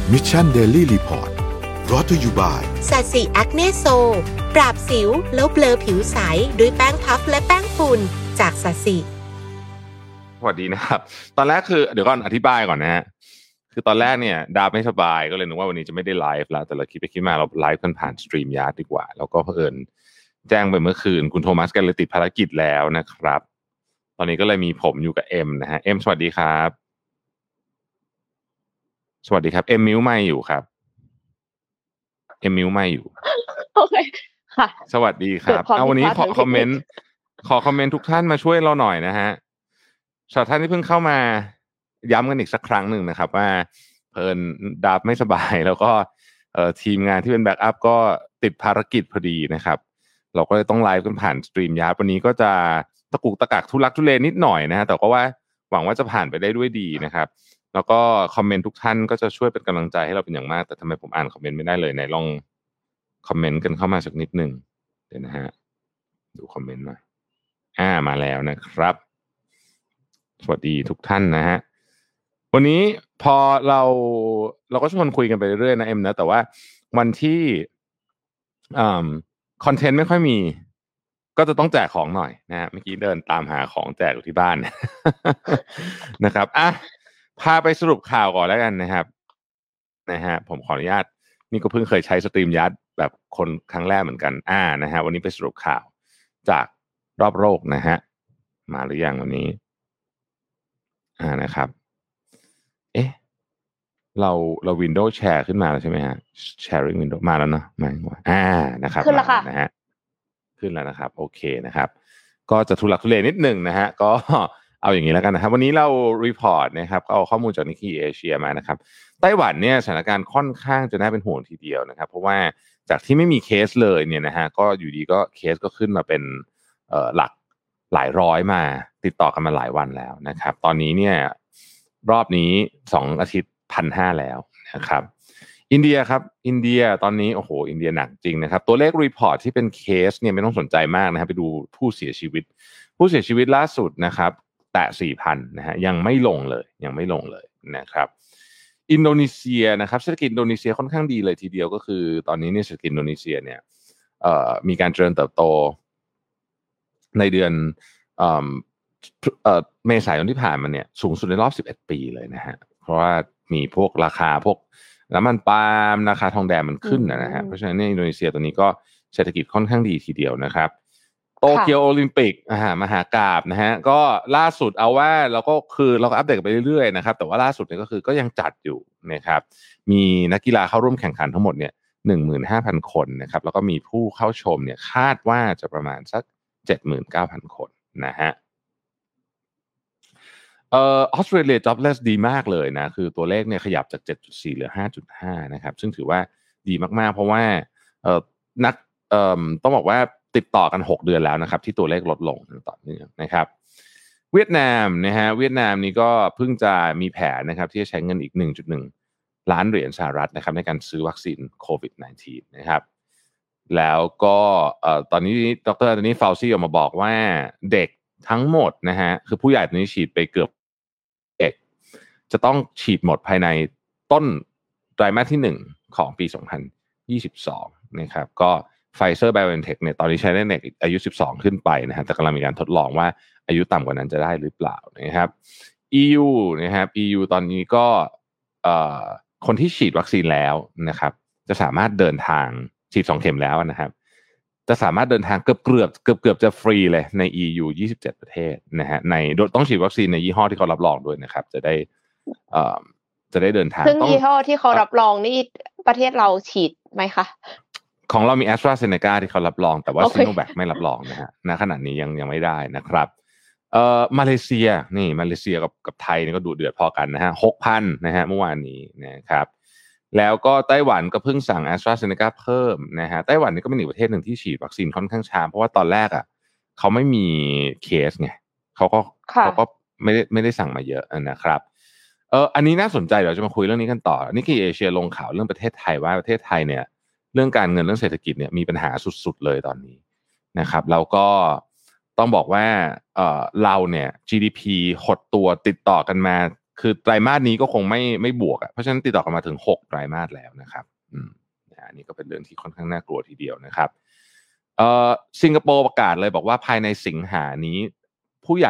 มิชชั่นเดลี่รีพอร์ตbrought to you by สัตสีแอคเนโซปราบสิวแล้วเบลอผิวใสด้วยแป้งพัฟและแป้งฝุ่นจากสัตสีสวัสดีนะครับตอนแรกคือเดี๋ยวก่อนอธิบายก่อนนะฮะคือตอนแรกเนี่ยดาบไม่สบายก็เลยนึกว่าวันนี้จะไม่ได้ไลฟ์แล้วแต่เราคิดไปคิดมาเราไลฟ์กันผ่านสตรีมยาร์ดดีกว่าแล้วก็เผอิญแจ้งไปเมื่อคืนคุณโทมัสกันเลยติดภารกิจแล้วนะครับตอนนี้ก็เลยมีผมอยู่กับเอ็มนะฮะเอ็มสวัสดีครับสวัสดีครับเอ็มมิวไม่อยู่ครับเอ็มมิวไม่อยู่โอเคค่ะสวัสดีครับเอาวันนี้ขอคอมเมนต์ทุกท่านมาช่วยเราหน่อยนะฮะสำหรับท่านที่เพิ่งเข้ามาย้ำกันอีกสักครั้งหนึ่งนะครับว่าเพิ่นดาบไม่สบายแล้วก็ทีมงานที่เป็นแบ็กอัพก็ติดภารกิจพอดีนะครับเราก็เลยต้องไลฟ์กันผ่านสตรีมยาร์ดวันนี้ก็จะตะกุกตะกักทุลักทุเลนิดหน่อยนะฮะแต่ก็ว่าหวังว่าจะผ่านไปได้ด้วยดีนะครับแล้วก็คอมเมนต์ทุกท่านก็จะช่วยเป็นกำลังใจให้เราเป็นอย่างมากแต่ทำไมผมอ่านคอมเมนต์ไม่ได้เลยไหนลองคอมเมนต์กันเข้ามาสักนิดนึงเดี๋ยวนะฮะดูคอมเมนต์หน่อยมาแล้วนะครับสวัสดีทุกท่านนะฮะวันนี้พอเราก็ชวนคุยกันไปเรื่อยๆนะเอ็มนะแต่ว่าวันที่คอนเทนต์ไม่ค่อยมีก็จะต้องแจกของหน่อยนะฮะเมื่อกี้เดินตามหาของแจกอยู่ที่บ้าน นะครับพาไปสรุปข่าวก่อนแล้วกันนะครับนะฮะผมขออนุญาตนี่ก็เพิ่งเคยใช้สตรีมยัดแบบคนครั้งแรกเหมือนกันนะฮะวันนี้ไปสรุปข่าวจากรอบโลกนะฮะมาหรือยังวันนี้นะครับเรา Windows Share ขึ้นมาแล้วใช่ไหมฮะ Sharing Windows มาแล้วเนาะมานะครับขึ้นแล้วค่ะนะฮะขึ้นแล้วนะครับโอเคนะครับก็จะทุลักทุเลนิดหนึ่งนะฮะก็เอาอย่างนี้แล้วกันนะครับวันนี้เรารีพอร์ตนะครับก็เอาข้อมูลจากนิกกี้เอเชียมานะครับไต้หวันเนี่ยสถานการณ์ค่อนข้างจะน่าเป็นห่วงทีเดียวนะครับเพราะว่าจากที่ไม่มีเคสเลยเนี่ยนะฮะก็อยู่ดีก็เคสก็ขึ้นมาเป็นหลักหลายร้อยมาติดต่อกันมาหลายวันแล้วนะครับตอนนี้เนี่ยรอบนี้2อาทิตย์ 1,500 แล้วนะครับอินเดียครับอินเดียตอนนี้โอ้โหอินเดียหนักจริงนะครับตัวเลขรีพอร์ตที่เป็นเคสเนี่ยไม่ต้องสนใจมากนะครับไปดูผู้เสียชีวิตล่าสุดนะครับแตะ 4,000 นะฮะยังไม่ลงเลยนะครับอินโดนีเซียนะครับเศรษฐกิจอินโดนีเซียค่อนข้างดีเลยทีเดียวก็คือตอนนี้เนี่ยเศรษฐกิจอินโดนีเซียเนี่ยมีการเจริญเติบโตในเดือนเมษายนที่ผ่านมาเนี่ยสูงสุดในรอบ11ปีเลยนะฮะเพราะว่ามีพวกราคาพวกน้ำมันปาล์มราคาทองแดงมันขึ้นนะฮะเพราะฉะนั้นเนี่ยอินโดนีเซียตัวนี้ก็เศรษฐกิจค่อนข้างดีทีเดียวนะครับโตเกียวโอลิมปิกมหากาพย์นะฮะก็ล่าสุดเอาว่าเราก็อัปเดตไปเรื่อยๆนะครับแต่ว่าล่าสุดเนี่ยก็คือก็ยังจัดอยู่นะครับมีนักกีฬาเข้าร่วมแข่งขันทั้งหมดเนี่ย 15,000 คนนะครับแล้วก็มีผู้เข้าชมเนี่ยคาดว่าจะประมาณสัก 79,000 คนนะฮะออสเตรเลีย jobless ดีมากเลยนะคือตัวเลขเนี่ยขยับจาก 7.4 เหลือ 5.5 นะครับซึ่งถือว่าดีมากๆเพราะว่าต้องบอกว่าติดต่อกัน6เดือนแล้วนะครับที่ตัวเลขลดลงต่อเนื่องนะครับเวียดนามนะฮะเวียดนามนี่ก็เพิ่งจะมีแผนนะครับที่จะใช้เงินอีก 1.1 ล้านเหรียญสหรัฐนะครับในการซื้อวัคซีนโควิด -19 นะครับแล้วก็ตอนนี้ดร. อันนี้ฟาวซี่ออกมาบอกว่าเด็กทั้งหมดนะฮะคือผู้ใหญ่ตอนนี้ฉีดไปเกือบจะต้องฉีดหมดภายในต้นไตรมาสที่1ของปี2022นะครับก็ Pfizer BioNTech เนี่ยตอนนี้ใช้ได้เด็กอายุ12ขึ้นไปนะฮะแต่กำลังมีการทดลองว่าอายุต่ำกว่านั้นจะได้หรือเปล่านะครับ EU นะครับ EU ตอนนี้ก็คนที่ฉีดวัคซีนแล้วนะครับจะสามารถเดินทางฉีด2เข็มแล้วนะครับจะสามารถเดินทางเกือบจะฟรีเลยใน EU 27 ประเทศนะฮะต้องฉีดวัคซีนในยี่ห้อที่เขารับรองด้วยนะครับจะได้เดินทางซึ่งยี่ห้อที่เขารับรองนี่ประเทศเราฉีดไหมคะของเรามี AstraZeneca ที่เขารับรองแต่ว่า Sinovac ไม่รับรองนะฮะณขณะนี้ยังไม่ได้นะครับมาเลเซียกับไทยนี่ก็ดุเดือดพอกันนะฮะ 6,000 นะฮะเมื่อวานนี้นะครับแล้วก็ไต้หวันก็เพิ่งสั่ง AstraZeneca เพิ่มนะฮะไต้หวันนี่ก็เป็นอีกประเทศหนึ่งที่ฉีดวัคซีนค่อนข้างช้าเพราะว่าตอนแรกเขาไม่มีเคสไงเขาก็ไม่ได้สั่งมาเยอะนะครับอันนี้น่าสนใจเดี๋ยวจะมาคุยเรื่องนี้กันต่อนิกกี้เอเชียลงข่าวเรื่องประเทศไทยว่าประเทศไทยเนี่ยเรื่องการเงินเรื่องเศรษฐกิจเนี่ยมีปัญหาสุดๆเลยตอนนี้นะครับแล้วก็ต้องบอกว่าเราเนี่ย GDP หดตัวติดต่อกันมาคือไตรมาสนี้ก็คงไม่บวกเพราะฉะนั้นติดต่อกันมาถึง6ไตรมาสแล้วนะครับอันนี้ก็เป็นเรื่องที่ค่อนข้างน่ากลัวทีเดียวนะครับสิงคโปร์ประกาศเลยบอกว่าภายในสิงหานี้ผู้ใหญ่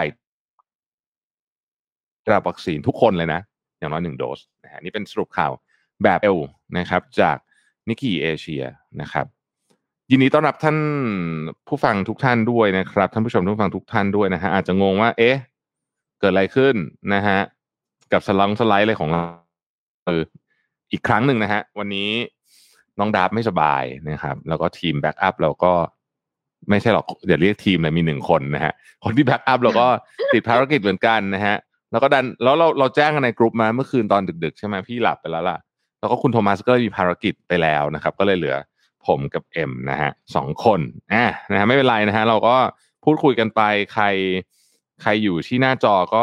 รับวัคซีนทุกคนเลยนะอย่างน้อย1โดสนะฮะนี่เป็นสรุปข่าวแบบเร็วนะครับจากนิกกี้เอเชียนะครับยินดีต้อนรับท่านผู้ฟังทุกท่านด้วยนะครับท่านผู้ชมทุกฟังทุกท่านด้วยนะฮะอาจจะงงว่าเอ๊ะเกิดอะไรขึ้นนะฮะกับสไลด์อะไรของเราอีกครั้งหนึ่งนะฮะวันนี้น้องดาบไม่สบายนะครับแล้วก็ทีมแบ็กอัพเราก็ไม่ใช่หรอกเดี๋ยวเรียกทีมเลยมี1คนนะฮะคนที่แบ็กอัพเราก็ติดภารกิจเหมือนกันนะฮะแล้วก็แล้วเราแจ้งกันในกลุ่มมาเมื่อคืนตอนดึกๆใช่ไหมพี่หลับไปแล้วล่ะแล้วก็คุณโทมัสก็มีภารกิจไปแล้วนะครับก็เลยเหลือผมกับเอ็มนะฮะ2คนนะฮะไม่เป็นไรนะฮะเราก็พูดคุยกันไปใครอยู่ที่หน้าจอก็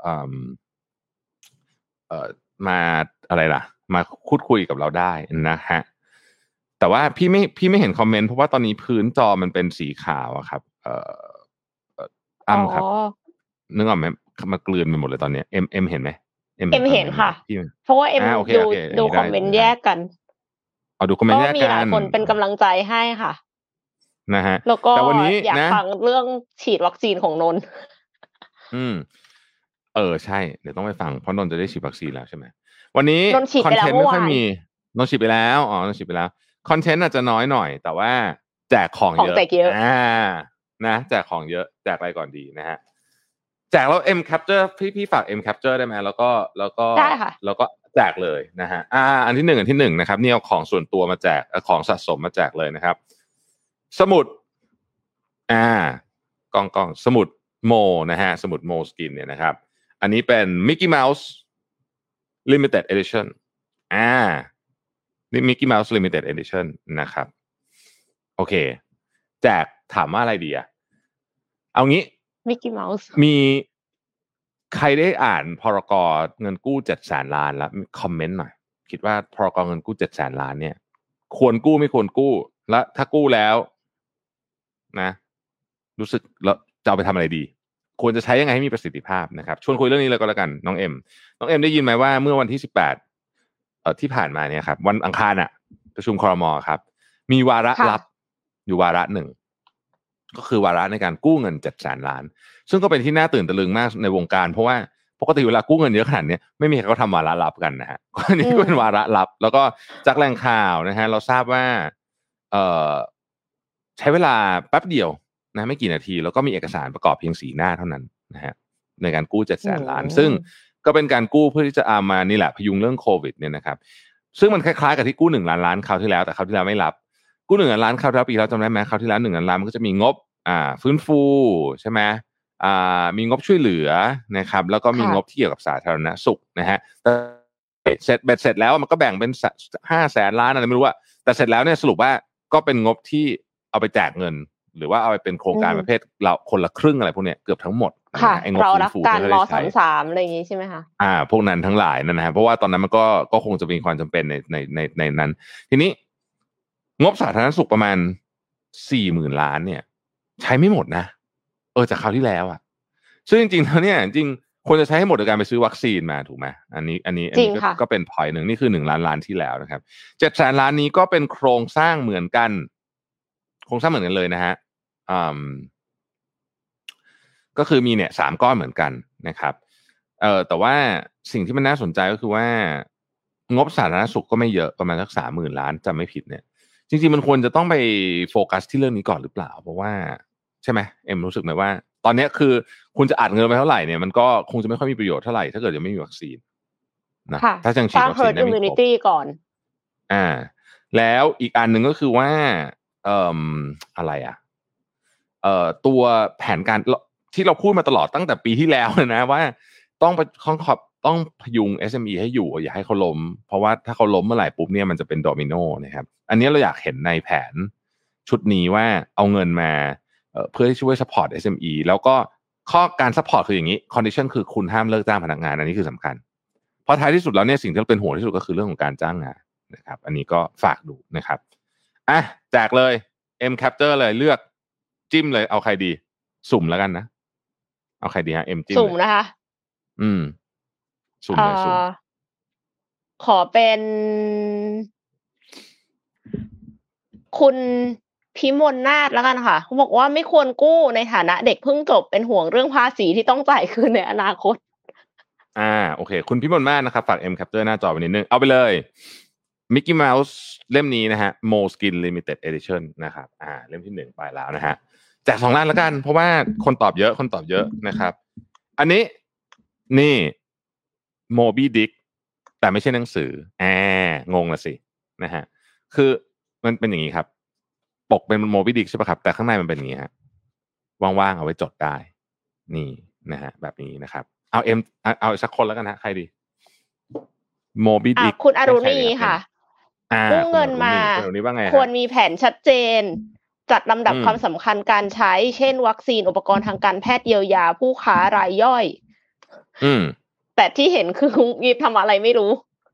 มาอะไรล่ะมาพูดคุยกับเราได้นะฮะแต่ว่าพี่ไม่เห็นคอมเมนต์เพราะว่าตอนนี้พื้นจอมันเป็นสีขาวอะครับครับนึกออกไหมมากลืนไปหมดเลยตอนนี้เอ็มเห็นไหมเอ็มเห็นค่ะเพราะว่าเอ็มดูคอมเมนต์แยกกันดูคอมเมนต์แยกกันก็มีหลายคนเป็นกำลังใจให้ค่ะนะฮะแล้วก็แต่วันนี้อยากฟังเรื่องฉีดวัคซีนของนนท์ใช่เดี๋ยวต้องไปฟังเพราะนนท์จะได้ฉีดวัคซีนแล้วใช่ไหมวันนี้คอนเทนต์ไม่ค่อยมีนนท์ฉีดไปแล้วนนท์ฉีดไปแล้วคอนเทนต์อาจจะน้อยหน่อยแต่ว่าแจกของเยอะนะแจกของเยอะแจกอะไรก่อนดีนะฮะแจกแล้ว M Capture พี่ฝาก M Capture ได้ไหมแล้วก็ได้ค่ะแล้วก็แจกเลยนะฮะอันที่1นะครับนี่เอาของส่วนตัวมาแจกของสะสมมาแจกเลยนะครับสมุดกล้องสมุดโมนะฮะสมุดโมสกินเนี่ยนะครับอันนี้เป็น Mickey Mouse Limited Edition นี่ Mickey Mouse Limited Edition นะครับโอเคแจกถามว่าอะไรดีเอางี้ Mickey Mouse มีใครได้อ่านพรก.เงินกู้700,000 ล้านแล้วคอมเมนต์หน่อยคิดว่าพรก.เงินกู้700,000 ล้านเนี่ยควรกู้ไม่ควรกู้และถ้ากู้แล้วนะรู้สึกแล้วจะเอาไปทำอะไรดีควรจะใช้ยังไงให้มีประสิทธิภาพนะครับชวนคุยเรื่องนี้เลยก็แล้วกันน้องเอ็มได้ยินไหมว่าเมื่อวันที่18ที่ผ่านมาเนี่ยครับวันอังคารประชุมครม.ครับมีวาระลับอยู่วาระหนึ่งก็คือวาระในการกู้เงิน700,000 ล้านซึ่งก็เป็นที่น่าตื่นตะลึงมากในวงการเพราะว่าปกติเวลากู้เงินเยอะขนาดนี้ไม่มีใครเขาทำวาระลับกันนะฮะอันนี้ก็เป็นวาระลับแล้วก็จากแหล่งข่าวนะฮะเราทราบว่าใช้เวลาแป๊บเดียวนะไม่กี่นาทีแล้วก็มีเอกสารประกอบเพียง4 หน้าเท่านั้นนะฮะในการกู้700,000 ล้านซึ่งก็เป็นการกู้เพื่อที่จะเอามานี่แหละพยุงเรื่องโควิดเนี่ยนะครับซึ่งมันคล้ายๆกับที่กู้1 ล้านล้านคราวที่แล้วแต่คราวที่แล้วไม่รับกู้1 ล้านล้านคราวที่แล้วปีแล้วจำได้ไหมคราวที่แล้ว1 ล้านล้านมันก็จะมีงบฟื้นฟูใช่ไหมมีงบช่วยเหลือนะครับแล้วก็มีงบที่เกี่ยวกับสาธารณสุขนะฮะแต่เบ็ดเสร็จแล้วมันก็แบ่งเป็น500,000 ล้านอะไรไม่รู้ว่าแต่เสร็จแล้วเนี่ยสรุปว่าก็เป็นงบที่เอาไปแจกเงินหรือว่าเอาไปเป็นโครงการประเภทเราคนละครึ่งอะไรพวกเนี้ยเกือบทั้งหมดไอ้งบฟื้นฟูที่เราใช้3อะไรอย่างงี้ใช่ไหมคะพวกนั้นทั้งหลายนั่นนะฮะเพราะว่าตอนนั้นมันก็คงจะมีความจำเป็นในนั้นทีนี้งบสาธารณสุขประมาณ40,000 ล้านเนี่ยใช้ไม่หมดนะจากคราวที่แล้วซึ่งจริงๆแล้วเนี่ยจริงควรจะใช้ให้หมดโดยการไปซื้อวัคซีนมาถูกไหมอันนี้ก็เป็น point นึงนี่คือ1 ล้านล้านที่แล้วนะครับ700,000 ล้านนี้ก็เป็นโครงสร้างเหมือนกันเลยนะฮะก็คือมีเนี่ย3 ก้อนเหมือนกันนะครับแต่ว่าสิ่งที่มันน่าสนใจก็คือว่างบสาธารณสุขก็ไม่เยอะประมาณสัก30,000 ล้านจำไม่ผิดเนี่ยจริงๆมันควรจะต้องไปโฟกัสที่เรื่องนี้ก่อนหรือเปล่าเพราะว่าใช่ไหมเอ็มรู้สึกไหมว่าตอนนี้คือคุณจะอัดเงินไปเท่าไหร่เนี่ยมันก็คงจะไม่ค่อยมีประโยชน์เท่าไหร่ถ้าเกิดยังไม่มีวัคซีนนะถ้าจังฉีดวัคซีนได้ไม่ครบก่อนแล้วอีกอันหนึ่งก็คือว่าอะไรตัวแผนการที่เราพูดมาตลอดตั้งแต่ปีที่แล้วนะว่าต้องพยุง SME ให้อยู่อย่าให้เขาล้มเพราะว่าถ้าเขาล้มเมื่อไหร่ปุ๊บเนี่ยมันจะเป็นโดมิโนนะครับอันนี้เราอยากเห็นในแผนชุดนี้ว่าเอาเงินมาเพื่อที่ช่วย support SME แล้วก็ข้อการ support คืออย่างนี้ condition คือคุณห้ามเลิกจ้างพนักงานอันนี้คือสำคัญเพราะท้ายที่สุดแล้วเนี่ยสิ่งที่เราเป็นห่วงที่สุดก็คือเรื่องของการจ้างงานนะครับอันนี้ก็ฝากดูนะครับแจกเลย M Capture เลยเลือกจิ้มเลยเอาใครดีสุ่มแล้วกันนะเอาใครดีฮะ M จิ้มสุ่มนะคะสุ่มเลยสุ่มขอเป็นคุณพิมลนาถแล้วกันค่ะเขาบอกว่าไม่ควรกู้ในฐานะเด็กเพิ่งจบเป็นห่วงเรื่องภาษีที่ต้องจ่ายคืนในอนาคตโอเคคุณพิมลมากนะครับฝาก M Capture หน้าจอไปนิดนึงเอาไปเลยมิกกี้เมาส์เล่มนี้นะฮะ Moleskine Limited Edition นะครับเล่มที่1ไปแล้วนะฮะแจก2ล้านแล้วกันเพราะว่าคนตอบเยอะนะครับอันนี้นี่ Moby Dick แต่ไม่ใช่หนังสืองงละสินะฮะคือมันเป็นอย่างนี้ครับปกเป็น Moby Dick ใช่ป่ะครับแต่ข้างในมันเป็นอย่างนี้ฮะว่างๆเอาไว้จดได้นี่นะฮะแบบนี้นะครับเอาสักคนแล้วกันฮะใครดีโมบิดิกคุณอรุณีค่ะกู้เงินมาควรมีแผนชัดเจนจัดลำดับความสำคัญการใช้เช่นวัคซีนอุปกรณ์ทางการแพทย์เยียวยาผู้ค้ารายย่อยแต่ที่เห็นคือมีทำอะไรไม่รู้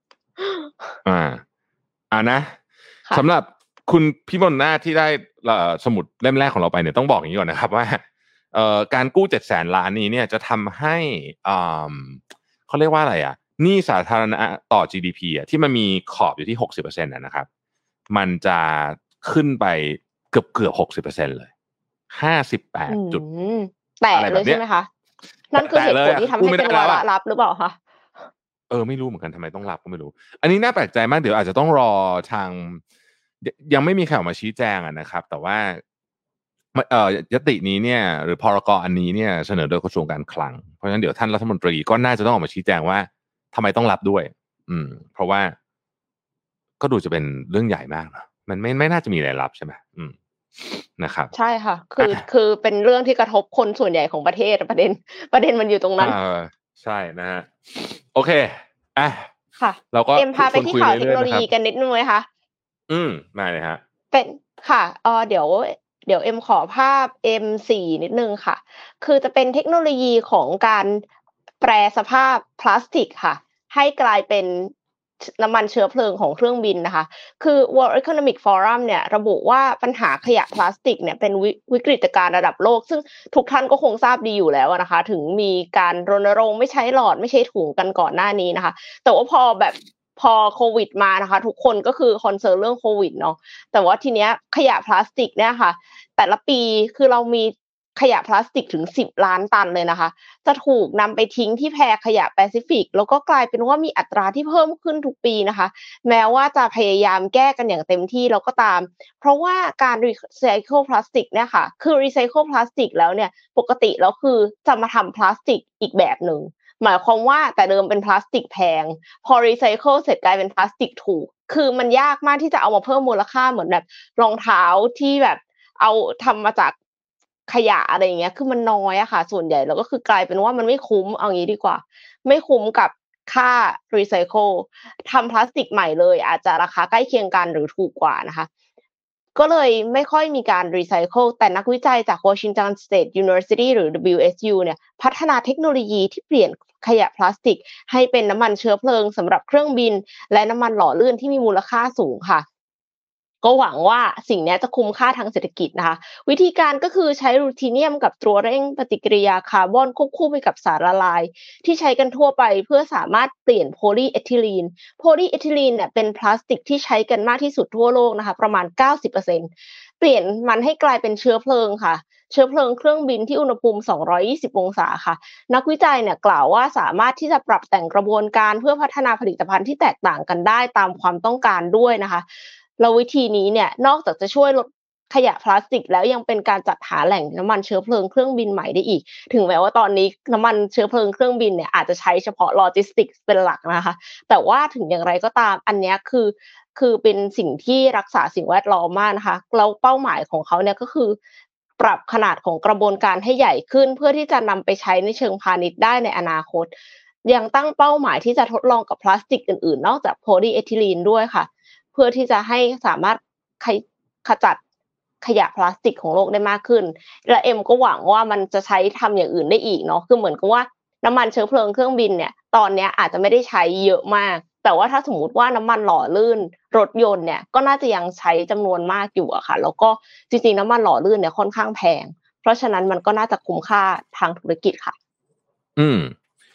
นะสำหรับคุณพี่มนนาที่ได้สมุดเล่มแรกของเราไปเนี่ยต้องบอกอย่างนี้ก่อนนะครับว่าการกู้700,000 ล้านนี้เนี่ยจะทำให้เขาเรียกว่าอะไรหนี้สาธารณะต่อ GDP ที่มันมีขอบอยู่ที่ 60% นะครับมันจะขึ้นไปเกือบ 60% เลย58จุดแต่เลยใช่ไหมคะนั่นคือเหตุผลที่ทำให้เป็นวาระลับหรือเปล่าคะไม่รู้เหมือนกันทำไมต้องรับก็ไม่รู้อันนี้น่าแปลกใจมากเดี๋ยวอาจจะต้องรอทางยังไม่มีใครออกมาชี้แจงนะครับแต่ว่ายตินี้เนี่ยหรือพรกอันนี้เนี่ยเสนอโดยกระทรวงการคลังเพราะฉะนั้นเดี๋ยวท่านรัฐมนตรีก็น่าจะต้องออกมาชี้แจงว่าทำไมต้องรับด้วยเพราะว่าก็ดูจะเป็นเรื่องใหญ่มากนะมันไม่น่าจะมีอะไรรับใช่ไหมนะครับใช่ค่ะคือเป็นเรื่องที่กระทบคนส่วนใหญ่ของประเทศประเด็นมันอยู่ตรงนั้นใช่นะฮะโอเคค่ะเราก็พาไปที่ข่าวเทคโนโลยีกันนิดนึงไหมคะมาเลยฮะเป็นค่ะเดี๋ยวขอภาพ M4 นิดนึงค่ะคือจะเป็นเทคโนโลยีของการแปรสภาพพลาสติกค่ะให้กลายเป็นน้ำมันเชื้อเพลิงของเครื่องบินนะคะคือ World Economic Forum เนี่ยระบุว่าปัญหาขยะพลาสติกเนี่ยเป็นวิกฤตการณ์ระดับโลกซึ่งทุกท่านก็คงทราบดีอยู่แล้วนะคะถึงมีการรณรงค์ไม่ใช้หลอดไม่ใช้ถุงกันก่อนหน้านี้นะคะแต่ว่าพอโควิดมานะคะทุกคนก็คือคอนเซิร์นเรื่องโควิดเนาะแต่ว่าทีเนี้ยขยะพลาสติกเนี่ยค่ะแต่ละปีคือเรามีขยะพลาสติกถึง10 ล้านตันเลยนะคะจะถูกนำไปทิ้งที่แพขยะแปซิฟิกแล้วก็กลายเป็นว่ามีอัตราที่เพิ่มขึ้นทุกปีนะคะแม้ว่าจะพยายามแก้กันอย่างเต็มที่แล้วก็ตามเพราะว่าการรีไซเคิลพลาสติกเนี่ยค่ะคือรีไซเคิลพลาสติกแล้วเนี่ยปกติแล้วคือจะมาทำพลาสติกอีกแบบนึงหมายความว่าแต่เดิมเป็นพลาสติกแพงพอรีไซเคิลเสร็จกลายเป็นพลาสติกถูกคือมันยากมากที่จะเอามาเพิ่มมูลค่าเหมือนแบบรองเท้าที่แบบเอาทำมาจากขยะอะไรอย่างเงี้ยคือมันน้อยอะค่ะส่วนใหญ่แล้วก็คือกลายเป็นว่ามันไม่คุ้มเอางี้ดีกว่าไม่คุ้มกับค่ารีไซเคิลทำพลาสติกใหม่เลยอาจจะราคาใกล้เคียงกันหรือถูกกว่านะคะก็เลยไม่ค่อยมีการรีไซเคิลแต่นักวิจัยจาก Washington State University หรือ WSU เนี่ยพัฒนาเทคโนโลยีที่เปลี่ยนขยะพลาสติกให้เป็นน้ำมันเชื้อเพลิงสำหรับเครื่องบินและน้ำมันหล่อลื่นที่มีมูลค่าสูงค่ะก็หวังว่าสิ่งนี้จะคุ้มค่าทางเศรษฐกิจนะคะวิธีการก็คือใช้รูทีเนียมกับตัวเร่งปฏิกิริยาคาร์บอนควบคู่ไปกับสารละลายที่ใช้กันทั่วไปเพื่อสามารถเปลี่ยนโพลีเอทิลีนเนี่ยเป็นพลาสติกที่ใช้กันมากที่สุดทั่วโลกนะคะประมาณ 90%เปลี่ยนมันให้กลายเป็นเชื้อเพลิงค่ะเชื้อเพลิงเครื่องบินที่อุณหภูมิ220องศาค่ะนักวิจัยเนี่ยกล่าวว่าสามารถที่จะปรับแต่งกระบวนการเพื่อพัฒนาผลิตภัณฑ์ที่แตกต่างกันได้ตามความต้องการด้วยนะคะแล้ววิธีนี้เนี่ยนอกจากจะช่วยลดขยะพลาสติกแล้วยังเป็นการจัดหาแหล่งน้ำมันเชื้อเพลิงเครื่องบินใหม่ได้อีกถึงแม้ว่าตอนนี้น้ำมันเชื้อเพลิงเครื่องบินเนี่ยอาจจะใช้เฉพาะโลจิสติกส์เป็นหลักนะคะแต่ว่าถึงอย่างไรก็ตามอันนี้คือเป็นสิ่งที่รักษาสิ่งแวดล้อมมากนะคะแล้วเป้าหมายของเขาเนี่ยก็คือปรับขนาดของกระบวนการให้ใหญ่ขึ้นเพื่อที่จะนำไปใช้ในเชิงพาณิชย์ได้ในอนาคตยังตั้งเป้าหมายที่จะทดลองกับพลาสติกอื่นๆนอกจากโพลีเอทิลีนด้วยค่ะเพื่อที่จะให้สามารถขจัดขยะพลาสติกของโลกได้มากขึ้นและเอ็มก็หวังว่ามันจะใช้ทำอย่างอื่นได้อีกเนาะคือเหมือนกับว่าน้ำมันเชื้อเพลิงเครื่องบินเนี่ยตอนนี้อาจจะไม่ได้ใช้เยอะมากแต่ว่าถ้าสมมุติว่าน้ำมันหล่อลื่นรถยนต์เนี่ยก็น่าจะยังใช้จำนวนมากอยู่อะค่ะแล้วก็จริงๆน้ำมันหล่อลื่นเนี่ยค่อนข้างแพงเพราะฉะนั้นมันก็น่าจะคุ้มค่าทางธุรกิจค่ะ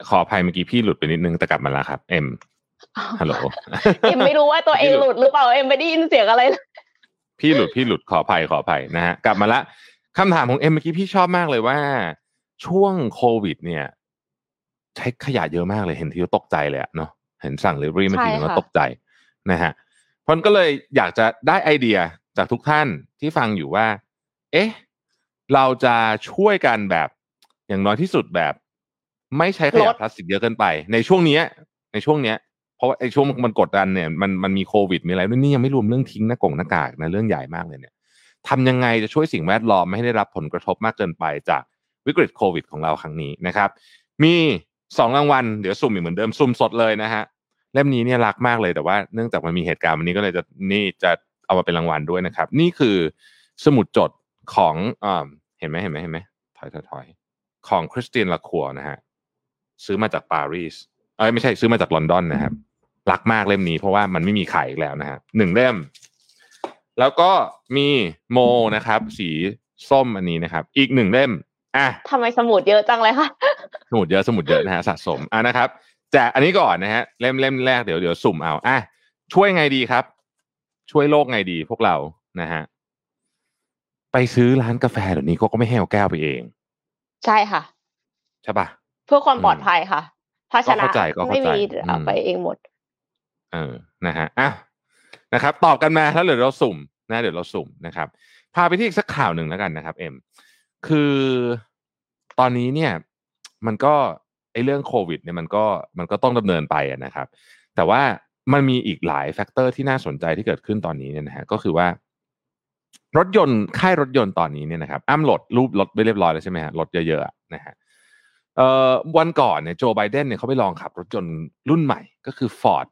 ขออภัยเมื่อกี้พี่หลุดไปนิดนึงแต่กลับมาแล้วครับเอ็มฮัลโหลเอ็มไม่รู้ว่าตัวเองหลุดหรือเปล่าเอ็มไม่ได้ยินเสียงอะไรเลยพี่หลุดขออภัยนะฮะกลับมาละคำถามของเอ็มเมื่อกี้พี่ชอบมากเลยว่าช่วงโควิดเนี่ยใช้ขยะเยอะมากเลยเห็นทีก็ตกใจเลยเนาะเห็นสั่ง delivery เมื่อกี้ก็ตกใจนะฮะเพราะก็เลยอยากจะได้ไอเดียจากทุกท่านที่ฟังอยู่ว่าเอ๊ะเราจะช่วยกันแบบอย่างน้อยที่สุดแบบไม่ใช้ขยะพลาสติกเยอะเกินไปในช่วงเนี้ยเพราะว่าไอ้ช่วงมันกดดันเนี่ยมันมีโควิดมีอะไรด้วยนี่ยังไม่รวมเรื่องทิ้งหน้ากากนะเรื่องใหญ่มากเลยเนี่ยทำยังไงจะช่วยสิ่งแวดล้อมไม่ให้ได้รับผลกระทบมากเกินไปจากวิกฤตโควิดของเราครั้งนี้นะครับมี2รางวัลเดี๋ยวสุ่มอีกเหมือนเดิมสุ่มสดเลยนะฮะเล่มนี้เนี่ยรักมากเลยแต่ว่าเนื่องจากมันมีเหตุการณ์วันนี้ก็เลยจะเอามาเป็นรางวัลด้วยนะครับนี่คือสมุดจดของเห็นไหมถอยของคริสเตียนลาคัวนะฮะซื้อมาจากปารีสไม่ใช่ซื้อมาจากลอนดอนนะครับรักมากเล่มนี้เพราะว่ามันไม่มีขายอีกแล้วนะฮะ1เล่มแล้วก็มีโมนะครับสีส้มอันนี้นะครับอีก1เล่มทำไมสมุดเยอะจังเลยคะสมุดเยอะนะฮะสะสมนะครับแจกอันนี้ก่อนนะฮะเล่มแรกเดี๋ยวสุ่มเอาช่วยไงดีครับช่วยโลกไงดีพวกเรานะฮะไปซื้อร้านกาแฟเดี๋ยวนี้ก็ไม่ให้เอาแก้วไปเองใช่ค่ะใช่ป่ะเพื่อความปลอดภัยค่ะภาชนะไม่มีเอาไปเองหมดนะฮะนะครับตอบกันมาแล้วเดี๋ยวเราสุ่มนะครับพาไปที่อีกสักข่าวหนึ่งแล้วกันนะครับเอ็มคือตอนนี้เนี่ยมันก็ไอ้เรื่องโควิดเนี่ยมันก็ต้องดำเนินไปนะครับแต่ว่ามันมีอีกหลายแฟกเตอร์ที่น่าสนใจที่เกิดขึ้นตอนนี้เนี่ยนะฮะก็คือว่ค่ายรถยนต์ตอนนี้เนี่ยนะครับโหลดรูปรถไปเรียบร้อยแล้วใช่ไหมฮะรถเยอะๆนะฮะวันก่อนเนี่ยโจไบเดนเนี่ยเขาไปลองขับรถยนต์รุ่นใหม่ก็คือ Ford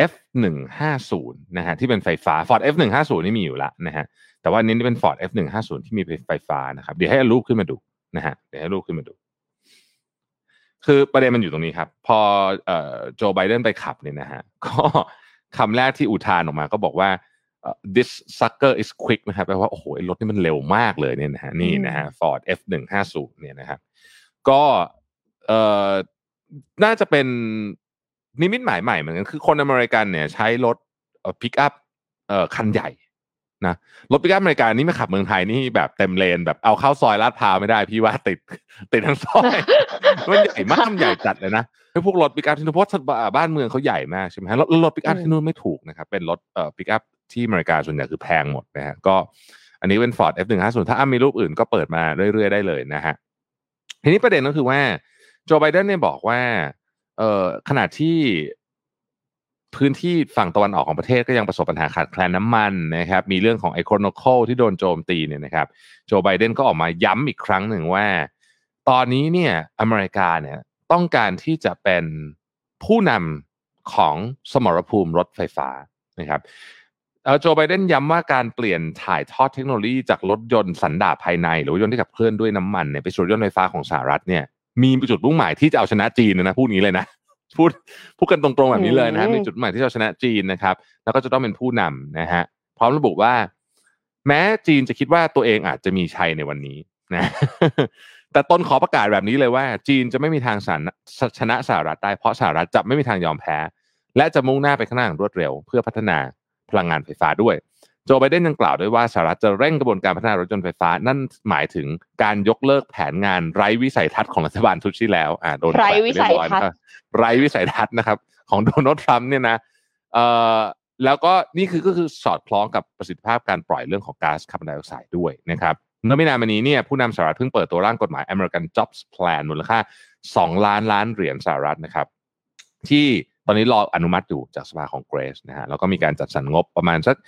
F150 นะฮะที่เป็นไฟฟ้า Ford F150 นี่มีอยู่แล้วนะฮะแต่ว่านี้เป็น Ford F150 ที่มีไฟฟ้านะครับเดี๋ยวให้รูปขึ้นมาดูนะฮะคือประเด็นมันอยู่ตรงนี้ครับพอโจไบเดนไปขับเนี่ยนะฮะก็คำแรกที่อุทานออกมาก็บอกว่า this sucker is quick นะครับแปลว่าโอ้โหรถนี่มันเร็วมากเลยเนี่ยนะฮะนี่นะฮะ Ford F150 เนี่ยนะครับก็น่าจะเป็นนิมิตหมายใหม่เหมือนกันคือคนอเมริกันเนี่ยใช้รถปิกอัพคันใหญ่นะรถปิกอัพอเมริกันนี่มาขับเมืองไทยนี่แบบเต็มเลนแบบเอาเข้าซอยลาดพร้าวไม่ได้พี่ว่าติดทั้งซอยมันใหญ่มากใหญ่จัดเลยนะไอ้พวกรถปิกอัพที่นู่นเพราะบ้านเมืองเขาใหญ่มากใช่ไหมฮะรถปิกอัพที่นู่นไม่ถูกนะครับเป็นรถปิกอัพที่อเมริกาส่วนใหญ่คือแพงหมดนะฮะก็อันนี้เป็น Ford F150 ถ้ามีรูปอื่นก็เปิดมาเรื่อยๆได้เลยนะฮะทีนี้ประเด็นก็คือว่าโจไบเดนเนี่ยบอกว่าขณะที่พื้นที่ฝั่งตะวันออกของประเทศก็ยังประสบปัญหาขาดแคลนน้ำมันนะครับมีเรื่องของไอโครโนโคลที่โดนโจมตีเนี่ยนะครับโจไบเดนก็ออกมาย้ำอีกครั้งหนึ่งว่าตอนนี้เนี่ยอเมริกาเนี่ยต้องการที่จะเป็นผู้นำของสมรภูมิรถไฟฟ้านะครับโจไบเดนย้ำว่าการเปลี่ยนถ่ายทอดเทคโนโลยีจากรถยนต์สันดาปภายในหรือรถยนต์ที่ขับเคลื่อนด้วยน้ำมันเนี่ยไปสู่รถยนต์ไฟฟ้าของสหรัฐเนี่ยมีจุดมุ่งหมายที่จะเอาชนะจีนนะพูดงี้เลยนะพูดกันตรงๆแบบนี้เลยนะมีจุดหมายที่จะชนะจีนนะครับแล้วก็จะต้องเป็นผู้นำนะฮะพร้อมระบุว่าแม้จีนจะคิดว่าตัวเองอาจจะมีชัยในวันนี้นะแต่ตนขอประกาศแบบนี้เลยว่าจีนจะไม่มีทางชนะสหรัฐได้เพราะสหรัฐจะไม่มีทางยอมแพ้และจะมุ่งหน้าไปข้างหน้าอย่างรวดเร็วเพื่อพัฒนาพลังงานไฟฟ้าด้วยโจไบเดนยังกล่าวด้วยว่าสหรัฐจะเร่งกระบวนการพัฒนารถยนต์ไฟฟ้านั่นหมายถึงการยกเลิกแผนงานไร้วิสัยทัศน์ของรัฐบาลชุดที่แล้วโดนไร้วิสัยทัศน์นะครับของโดนัลด์ทรัมป์เนี่ยนะแล้วก็นี่ก็คือสอดคล้องกับประสิทธิภาพการปล่อยเรื่องของก๊าซคาร์บอนไดออกไซด์ด้วยนะครับเมื่อไม่นานมานี้เนี่ยผู้นำสหรัฐเพิ่งเปิดตัวร่างกฎหมาย American Jobs Plan มูลค่า2 ล้านล้านเหรียญสหรัฐนะครับที่ตอนนี้รออนุมัติอยู่จากสภาคองเกรสนะฮะแล้วก็มีการจัดสรรงบประมาณสัก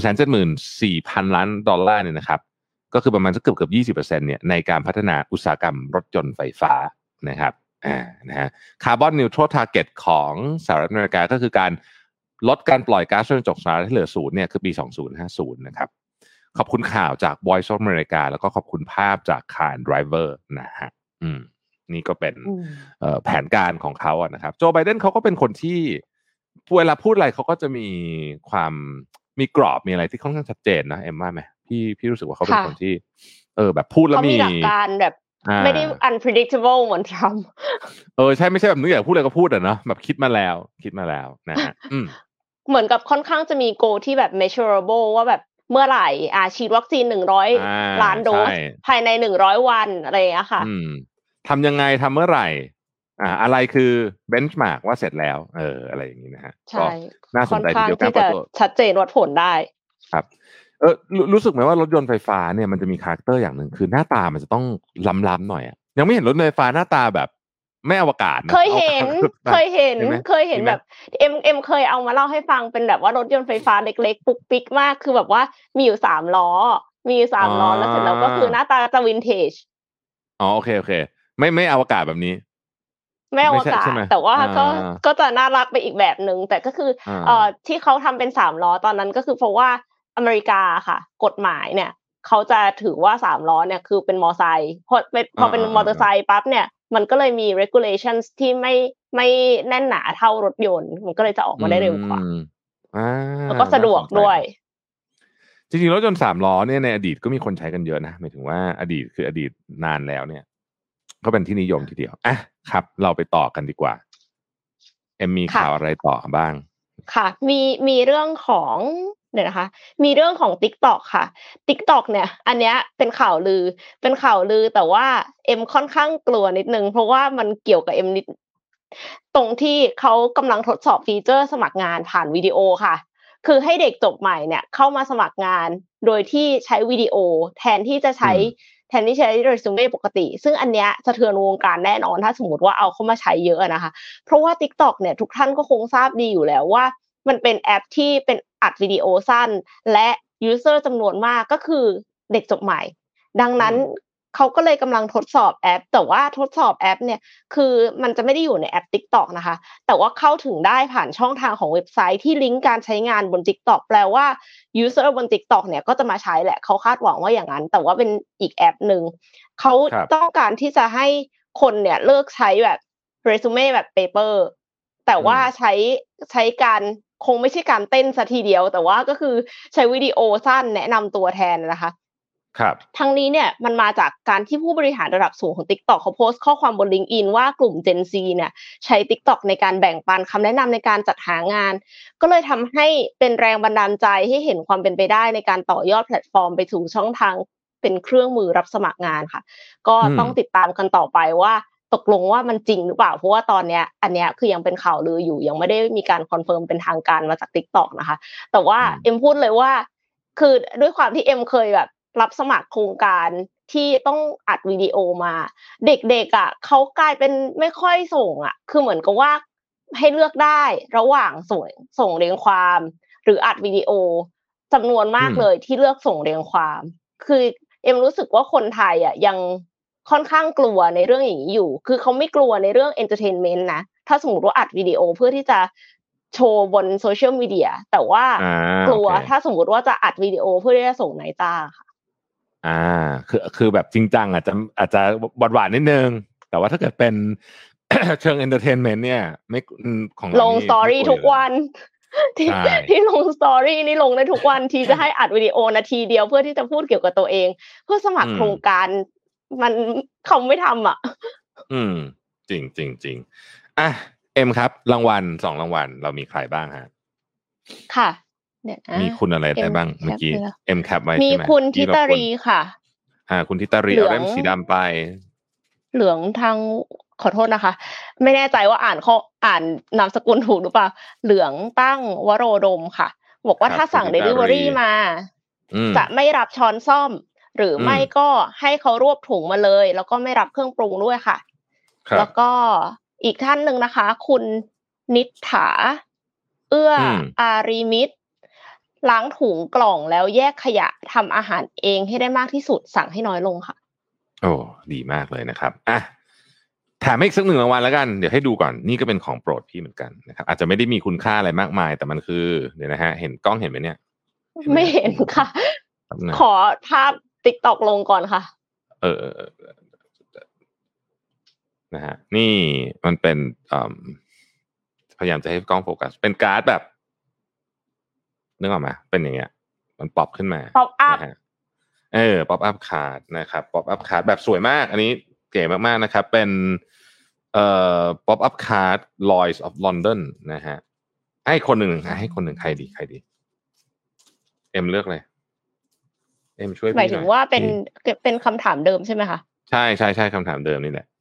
174,000 ล้านดอลลาร์เนี่ยนะครับก็คือประมาณสักเกือบ 20% เนี่ยในการพัฒนาอุตสาหกรรมรถยนต์ไฟฟ้านะครับนะฮะคาร์บอนนิวทรัลทาร์เก็ตของสหรัฐอเมริกาก็คือการลดการปล่อยก๊าซเรือนกระจกสหรัฐให้เหลือ0เนี่ยคือปี2050นะครับขอบคุณข่าวจาก Voice of America แล้วก็ขอบคุณภาพจาก Car and Driver นะฮะนี่ก็เป็นแผนการของเขาอะนะครับโจไบเดนเขาก็เป็นคนที่เวลาพูดอะไรเขาก็จะมีความมีกรอบมีอะไรที่ค่อนข้างชัดเจนนะเอ็มว่าไหมพี่รู้สึกว่าเขาเป็นคนที่แบบพูดแล้วมีหลักการแบบไม่ได้ unpredictable เหมือนทรัมป์ใช่ไม่ใช่แบบนึกอยากพูดอะไรก็พูดเนาะแบบคิดมาแล้วนะฮะเหมือนกับค่อนข้างจะมี goal ที่แบบ measurable ว่าแบบเมื่อไหร่ฉีดวัคซีน100 ล้านโดสภายใน100 วันอะไรอย่างเงี้ยค่ะทำยังไงทำเมื่อไหร่อะไรคือ benchmark ว่าเสร็จแล้วอะไรอย่างนี้นะฮะก็น่าสนใจทีเดียวกันที่จะชัดเจนวัดผลได้ครับรู้สึกไหมว่ารถยนต์ไฟฟ้าเนี่ยมันจะมีคาแรคเตอร์อย่างหนึ่งคือหน้าตามันจะต้องล้ำๆหน่อยยังไม่เห็นรถไฟฟ้าหน้าตาแบบไม่อวกาศนะเคยเห็นแบบเอ็มเคยเอามาเล่าให้ฟังเป็นแบบว่ารถยนต์ไฟฟ้าเล็กๆปุ๊กปิ๊กมากคือแบบว่ามีอยู่3 ล้อแล้วเสร็จแล้วก็คือหน้าตาจะวินเทจโอเคไม่อวกาศแบบนี้ไม่อวกาศแต่ว่าก็จะน่ารักไปอีกแบบนึงแต่ก็คือที่เขาทำเป็น3 ล้อตอนนั้นก็คือเพราะว่าอเมริกาค่ะกฎหมายเนี่ยเขาจะถือว่า3 ล้อเนี่ยคือเป็นมอไซค์พอเป็นมอเตอร์ไซค์ปั๊บเนี่ยมันก็เลยมี regulations ที่ไม่แน่นหนาเท่ารถยนต์มันก็เลยจะออกมาได้เร็วกว่าแล้วก็สะดวกด้วยจริงๆรถยนต์3 ล้อเนี่ยในอดีตก็มีคนใช้กันเยอะนะหมายถึงว่าอดีตคืออดีตนานแล้วเนี่ยก็เป็นที่นิยมทีเดียวครับเราไปต่อกันดีกว่ามีข่าวอะไรต่อบ้างค่ะมีเรื่องของเดี๋ยวนะคะมีเรื่องของ TikTok ค่ะ TikTok เนี่ยอันเนี้ยเป็นข่าวลือแต่ว่าค่อนข้างกลัวนิดนึงเพราะว่ามันเกี่ยวกับนิดตรงที่เขากำลังทดสอบฟีเจอร์สมัครงานผ่านวิดีโอค่ะคือให้เด็กจบใหม่เนี่ยเข้ามาสมัครงานโดยที่ใช้วิดีโอแทนที่ใช้เรซูเม่ปกติซึ่งอันเนี้ยสะเทือนวงการแน่นอนถ้าสมมติว่าเอาเข้ามาใช้เยอะนะคะเพราะว่า TikTok เนี่ยทุกท่านก็คงทราบดีอยู่แล้วว่ามันเป็นแอปที่เป็นอัดวิดีโอสั้นและยูเซอร์จำนวนมากก็คือเด็กจบใหม่ดังนั้นเขาก็เลยกำลังทดสอบแอปแต่ว่าทดสอบแอปเนี่ยคือมันจะไม่ได้อยู่ในแอป TikTok นะคะแต่ว่าเข้าถึงได้ผ่านช่องทางของเว็บไซต์ที่ลิงก์การใช้งานบน TikTok แปลว่ายูเซอร์บน TikTok เนี่ยก็จะมาใช้แหละเขาคาดหวังว่าอย่างนั้นแต่ว่าเป็นอีกแอปนึงเขาต้องการที่จะให้คนเนี่ยเลิกใช้แบบเรซูเม่แบบเปเปอร์แต่ว่าใช้การคงไม่ใช่การเต้นซะทีเดียวแต่ว่าก็คือใช้วิดีโอสั้นแนะนำตัวแทนนะคะครับทั้งนี้เนี่ยมันมาจากการที่ผู้บริหารระดับสูงของ TikTok เขาโพสต์ข้อความบน LinkedIn ว่ากลุ่ม Gen Z เนี่ยใช้ TikTok ในการแบ่งปันคำแนะนำในการจัดหางานก็เลยทำให้เป็นแรงบันดาลใจให้เห็นความเป็นไปได้ในการต่อยอดแพลตฟอร์มไปสู่ช่องทางเป็นเครื่องมือรับสมัครงานค่ะก็ต้องติดตามกันต่อไปว่าตกลงว่ามันจริงหรือเปล่าเพราะว่าตอนเนี้ยอันเนี้ยคือยังเป็นข่าวลืออยู่ยังไม่ได้มีการคอนเฟิร์มเป็นทางการมาจาก TikTok นะคะแต่ว่าพูดเลยว่าคือด้วยความที่เคยแบบรับสมัครโครงการที่ต้องอัดวิดีโอมาเด็กๆเขากลายเป็นไม่ค่อยส่งคือเหมือนกับว่าให้เลือกได้ระหว่างส่งเรียงความหรืออัดวิดีโอจำนวนมากเลยที่เลือกส่งเรียงความคือรู้สึกว่าคนไทยยังค่อนข้างกลัวในเรื่องอย่างนี้อยู่คือเขาไม่กลัวในเรื่อง entertainment นะถ้าสมมติว่าอัดวิดีโอเพื่อที่จะโชว์บนโซเชียลมีเดียแต่ว่ากลัวถ้าสมมติว่าจะอัดวิดีโอเพื่อที่จะส่งนายจ้างค่ะคือแบบจริงจังอาจจะหวานนิดนึงแต่ว่าถ้าเกิดเป็น เชิง entertainment เนี่ยไม่ของลงสตอรี่ทุกวันที่ลงสตอรี่นี่ลงได้ทุกวันทีจะให้อัดวิดีโอนาทีเดียวเพื่อที่จะพูดเกี่ยวกับตัวเองเพื่อสมัครโครงการมันเขาไม่ทำจริงครับรางวัล2รางวัลเรามีใครบ้างฮะค่ะมีคุณอะไรได้บ้างเมื่อกี้แคปไว้ใช่ไหมมีคุณทิตารีค่ะคุณทิตารีเอาเล่มสีดำไปเหลืองทางขอโทษนะคะไม่แน่ใจว่าอ่านนามสกุลถูกหรือเปล่าเหลืองตั้งวโรดมค่ะบอกว่าถ้าสั่ง Delivery มาจะไม่รับช้อนซ่อมหรือไม่ก็ให้เขารวบถุงมาเลยแล้วก็ไม่รับเครื่องปรุงด้วยค่ะแล้วก็อีกท่านหนึ่งนะคะคุณนิษฐาเอื้ออารีมิตรล้างถุงกล่องแล้วแยกขยะทำอาหารเองให้ได้มากที่สุดสั่งให้น้อยลงค่ะโอ้ดีมากเลยนะครับแถมให้อีกสัก1รางวัลแล้วกันเดี๋ยวให้ดูก่อนนี่ก็เป็นของโปรดพี่เหมือนกันนะครับอาจจะไม่ได้มีคุณค่าอะไรมากมายแต่มันคือเดี๋ยวนะฮะเห็นกล้องเห็นไหมเนี่ยไม่เห็นค่ะขอภาพ TikTok ลงก่อนค่ะนะฮะนี่มันเป็นพยายามจะให้กล้องโฟกัสเป็นการ์ดแบบนึกออกไหมเป็นอย่างเงี้ยมันป๊อปขึ้นมาป๊อปอัพป๊อปอัพคาร์ดนะครับป๊อปอัพคาร์ดแบบสวยมากอันนี้เก๋มากๆนะครับเป็นpop up card Lloyds of London นะฮะให้คนหนึ่งใครดีเอ็มเลือกเลยเอ็มช่วยพี่หหน่อยมายถึงว่าเป็นคำถามเดิมใช่ไหมคะใช่คำถามเดิมนี่แหละ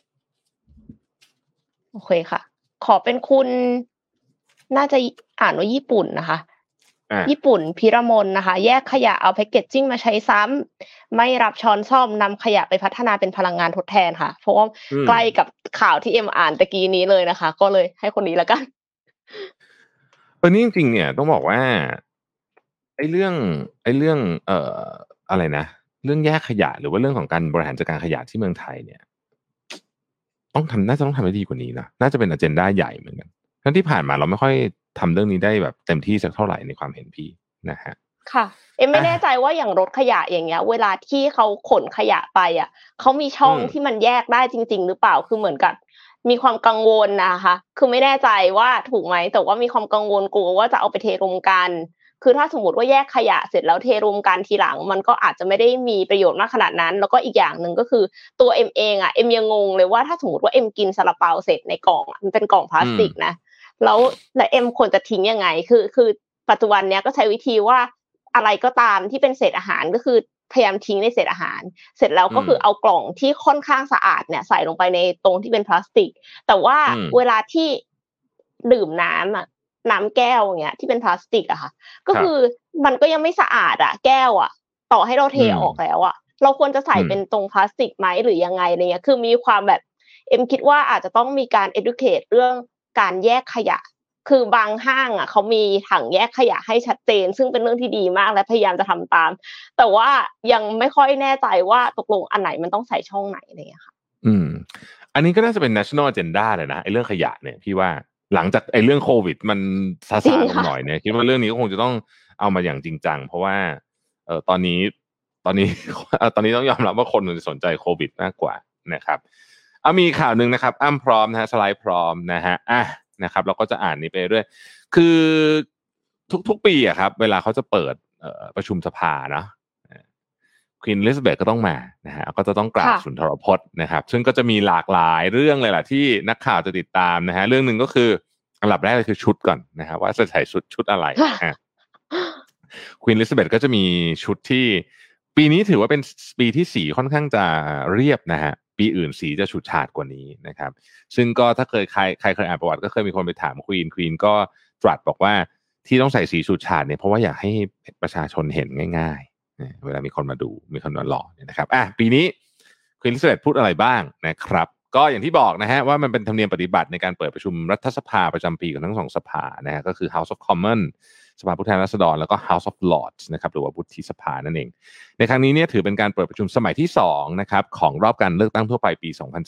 โอเคค่ะขอเป็นคุณน่าจะอ่านว่าญี่ปุ่นนะคะญี่ปุ่นพิรมนนะคะแยกขยะเอาแพคเกจจิ้งมาใช้ซ้ำไม่รับช้อนซ่อมนำขยะไปพัฒนาเป็นพลังงานทดแทนค่ะเพราะว่าใกล้กับข่าวที่เอ็มอ่านตะกี้นี้เลยนะคะก็เลยให้คนนี้แล้วกันนี่จริงๆเนี่ยต้องบอกว่าไอ้เรื่องอะไรนะเรื่องแยกขยะหรือว่าเรื่องของการบริหารจัดการขยะที่เมืองไทยเนี่ยน่าจะต้องทำให้ดีกว่านี้นะน่าจะเป็นอเจนดาใหญ่เหมือนกันทั้งที่ผ่านมาเราไม่ค่อยทำเรื่องนี้ได้แบบเต็มที่สักเท่าไหร่ในความเห็นพี่นะฮะค่ะเอ็มไม่แน่ใจว่าอย่างรถขยะอย่างเงี้ยเวลาที่เขาขนขยะไปอ่ะเขามีช่องที่มันแยกได้จริงๆหรือเปล่าคือเหมือนกับมีความกังวลนะคะคือไม่แน่ใจว่าถูกไหมแต่ว่ามีความกังวลกลัวว่าจะเอาไปเทรวมกันคือถ้าสมมติว่าแยกขยะเสร็จแล้วเทรวมกันทีหลังมันก็อาจจะไม่ได้มีประโยชน์มากขนาดนั้นแล้วก็อีกอย่างนึงก็คือตัวเอ็มเองอ่ะเอ็มยังงงเลยว่าถ้าสมมติว่าเอ็มกินซาลาเปาเสร็จในกล่องมันเป็นกล่องพลาสติกนะแล้วเอ็มควรจะทิ้งยังไงคือปัจจุบันเนี้ยก็ใช้วิธีว่าอะไรก็ตามที่เป็นเศษอาหารก็คือพยายามทิ้งในเศษอาหารเสร็จแล้วก็คือเอากล่องที่ค่อนข้างสะอาดเนี่ยใส่ลงไปในตรงที่เป็นพลาสติกแต่ว่าเวลาที่ดื่มน้ำอะน้ำแก้วอย่างเงี้ยที่เป็นพลาสติกอะค่ะก็คือมันก็ยังไม่สะอาดอะแก้วอะต่อให้เราเทออกแล้วอะเราควรจะใส่เป็นตรงพลาสติกไหมหรือยังไงอะไรเงี้ยคือมีความแบบเอ็มคิดว่าอาจจะต้องมีการ educate เรื่องการแยกขยะคือบางห้างอ่ะเขามีถังแยกขยะให้ชัดเจนซึ่งเป็นเรื่องที่ดีมากและพยายามจะทำตามแต่ว่ายังไม่ค่อยแน่ใจว่าตกลงอันไหนมันต้องใส่ช่องไหนอะไรอย่างเงี้ยค่ะอันนี้ก็น่าจะเป็น national agenda เลยนะไอ้เรื่องขยะเนี่ยพี่ว่าหลังจากไอ้เรื่องโควิดมันซาลงหน่อยเนี่ยคิดว่าเรื่องนี้ก็คงจะต้องเอามาอย่างจริงจังเพราะว่าตอนนี้ต้องยอมรับว่าคนสนใจโควิดมากกว่านะครับมีข่าวนึงนะครับอ้ำพร้อมนะฮะสไลด์พร้อมนะฮะนะครับเราก็จะอ่านนี้ไปเรื่อยคือทุกปีอะครับเวลาเขาจะเปิดประชุมสภาเนาะควีนอลิซาเบธก็ต้องมานะฮะก็จะต้องกล่าวสุนทรพจน์นะครับซึ่งก็จะมีหลากหลายเรื่องเลยแหละที่นักข่าวจะติดตามนะฮะเรื่องหนึ่งก็คืออันดับแรกเลยคือชุดก่อนนะฮะว่าจะใส่ชุดอะไรควีนอลิซาเบธก็จะมีชุดที่ปีนี้ถือว่าเป็นปีที่สีค่อนข้างจะเรียบนะฮะปีอื่นสีจะฉูดฉาดกว่านี้นะครับซึ่งก็ถ้าเคยใครเคยอ่านประวัติก็เคยมีคนไปถามควีนก็ตรัสบอกว่าที่ต้องใส่สีฉูดฉาดเนี่ยเพราะว่าอยากให้ประชาชนเห็นง่ายๆเวลามีคนมาดูมีคนมาหล่อเนี่ยนะครับปีนี้ควีนอลิซาเบธพูดอะไรบ้างนะครับก็อย่างที่บอกนะฮะว่ามันเป็นธรรมเนียมปฏิบัติในการเปิดประชุมรัฐสภาประจำปีของทั้งสองสภานะฮะก็คือ House of Commons สภาผู้แทนราษฎรแล้วก็ House of Lords นะครับหรือว่าวุฒิสภานั่นเองในครั้งนี้เนี่ยถือเป็นการเปิดประชุมสมัยที่2นะครับของรอบการเลือกตั้งทั่วไปปี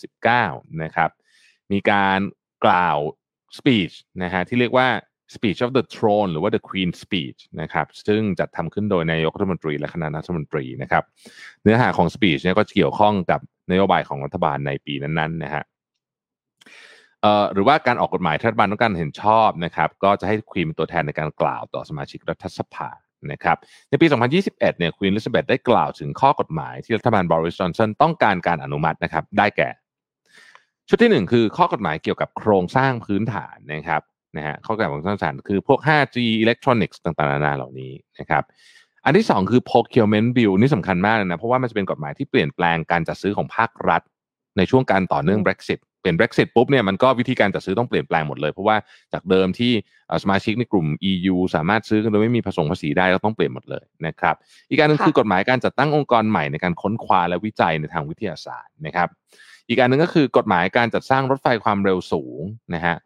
2019 นะครับมีการกล่าว speech นะฮะที่เรียกว่า speech of the throne หรือว่า the queen speech นะครับซึ่งจัดทำขึ้นโดยนายกรัฐมนตรีและคณะรัฐมนตรีนะครับเนื้อหาของ speech เนี่ยก็เกี่ยวข้องกับนโยบายของรัฐบาลในปีนั้นๆนะฮะหรือว่าการออกกฎหมายรัฐบาลต้องการเห็นชอบนะครับก็จะให้ควีนเป็นตัวแทนในการกล่าวต่อสมาชิกรัฐสภานะครับในปี 2021 เนี่ยควีนอลิซาเบธได้กล่าวถึงข้อกฎหมายที่รัฐบาลบริส จอนสันต้องการอนุมัตินะครับได้แก่ชุดที่1คือข้อกฎหมายเกี่ยวกับโครงสร้างพื้นฐานนะครับนะฮะข้อกฎหมายของสารคือพวก 5G Electronics ต่างๆนานาเหล่านี้นะครับอันที่2คือ Procurement Bill นี่สำคัญมากเลยนะเพราะว่ามันจะเป็นกฎหมายที่เปลี่ยนแปลงการจัดซื้อของภาครัฐในช่วงการต่อเนื่อง Brexit เป็น Brexit ปุ๊บเนี่ยมันก็วิธีการจัดซื้อต้องเปลี่ยนแปลงหมดเลยเพราะว่าจากเดิมที่สมาชิกในกลุ่ม EU สามารถซื้อกันโดยไม่มีภาษีได้ก็ต้องเปลี่ยนหมดเลยนะครับอีกการนึงคือกฎหมายการจัดตั้งองค์กรใหม่ในการค้นคว้าและวิจัยในทางวิทยาศาสตร์นะครับอีกการนึงก็คือกฎหมายการจัดสร้างรถไฟความเร็วสูงนะฮะ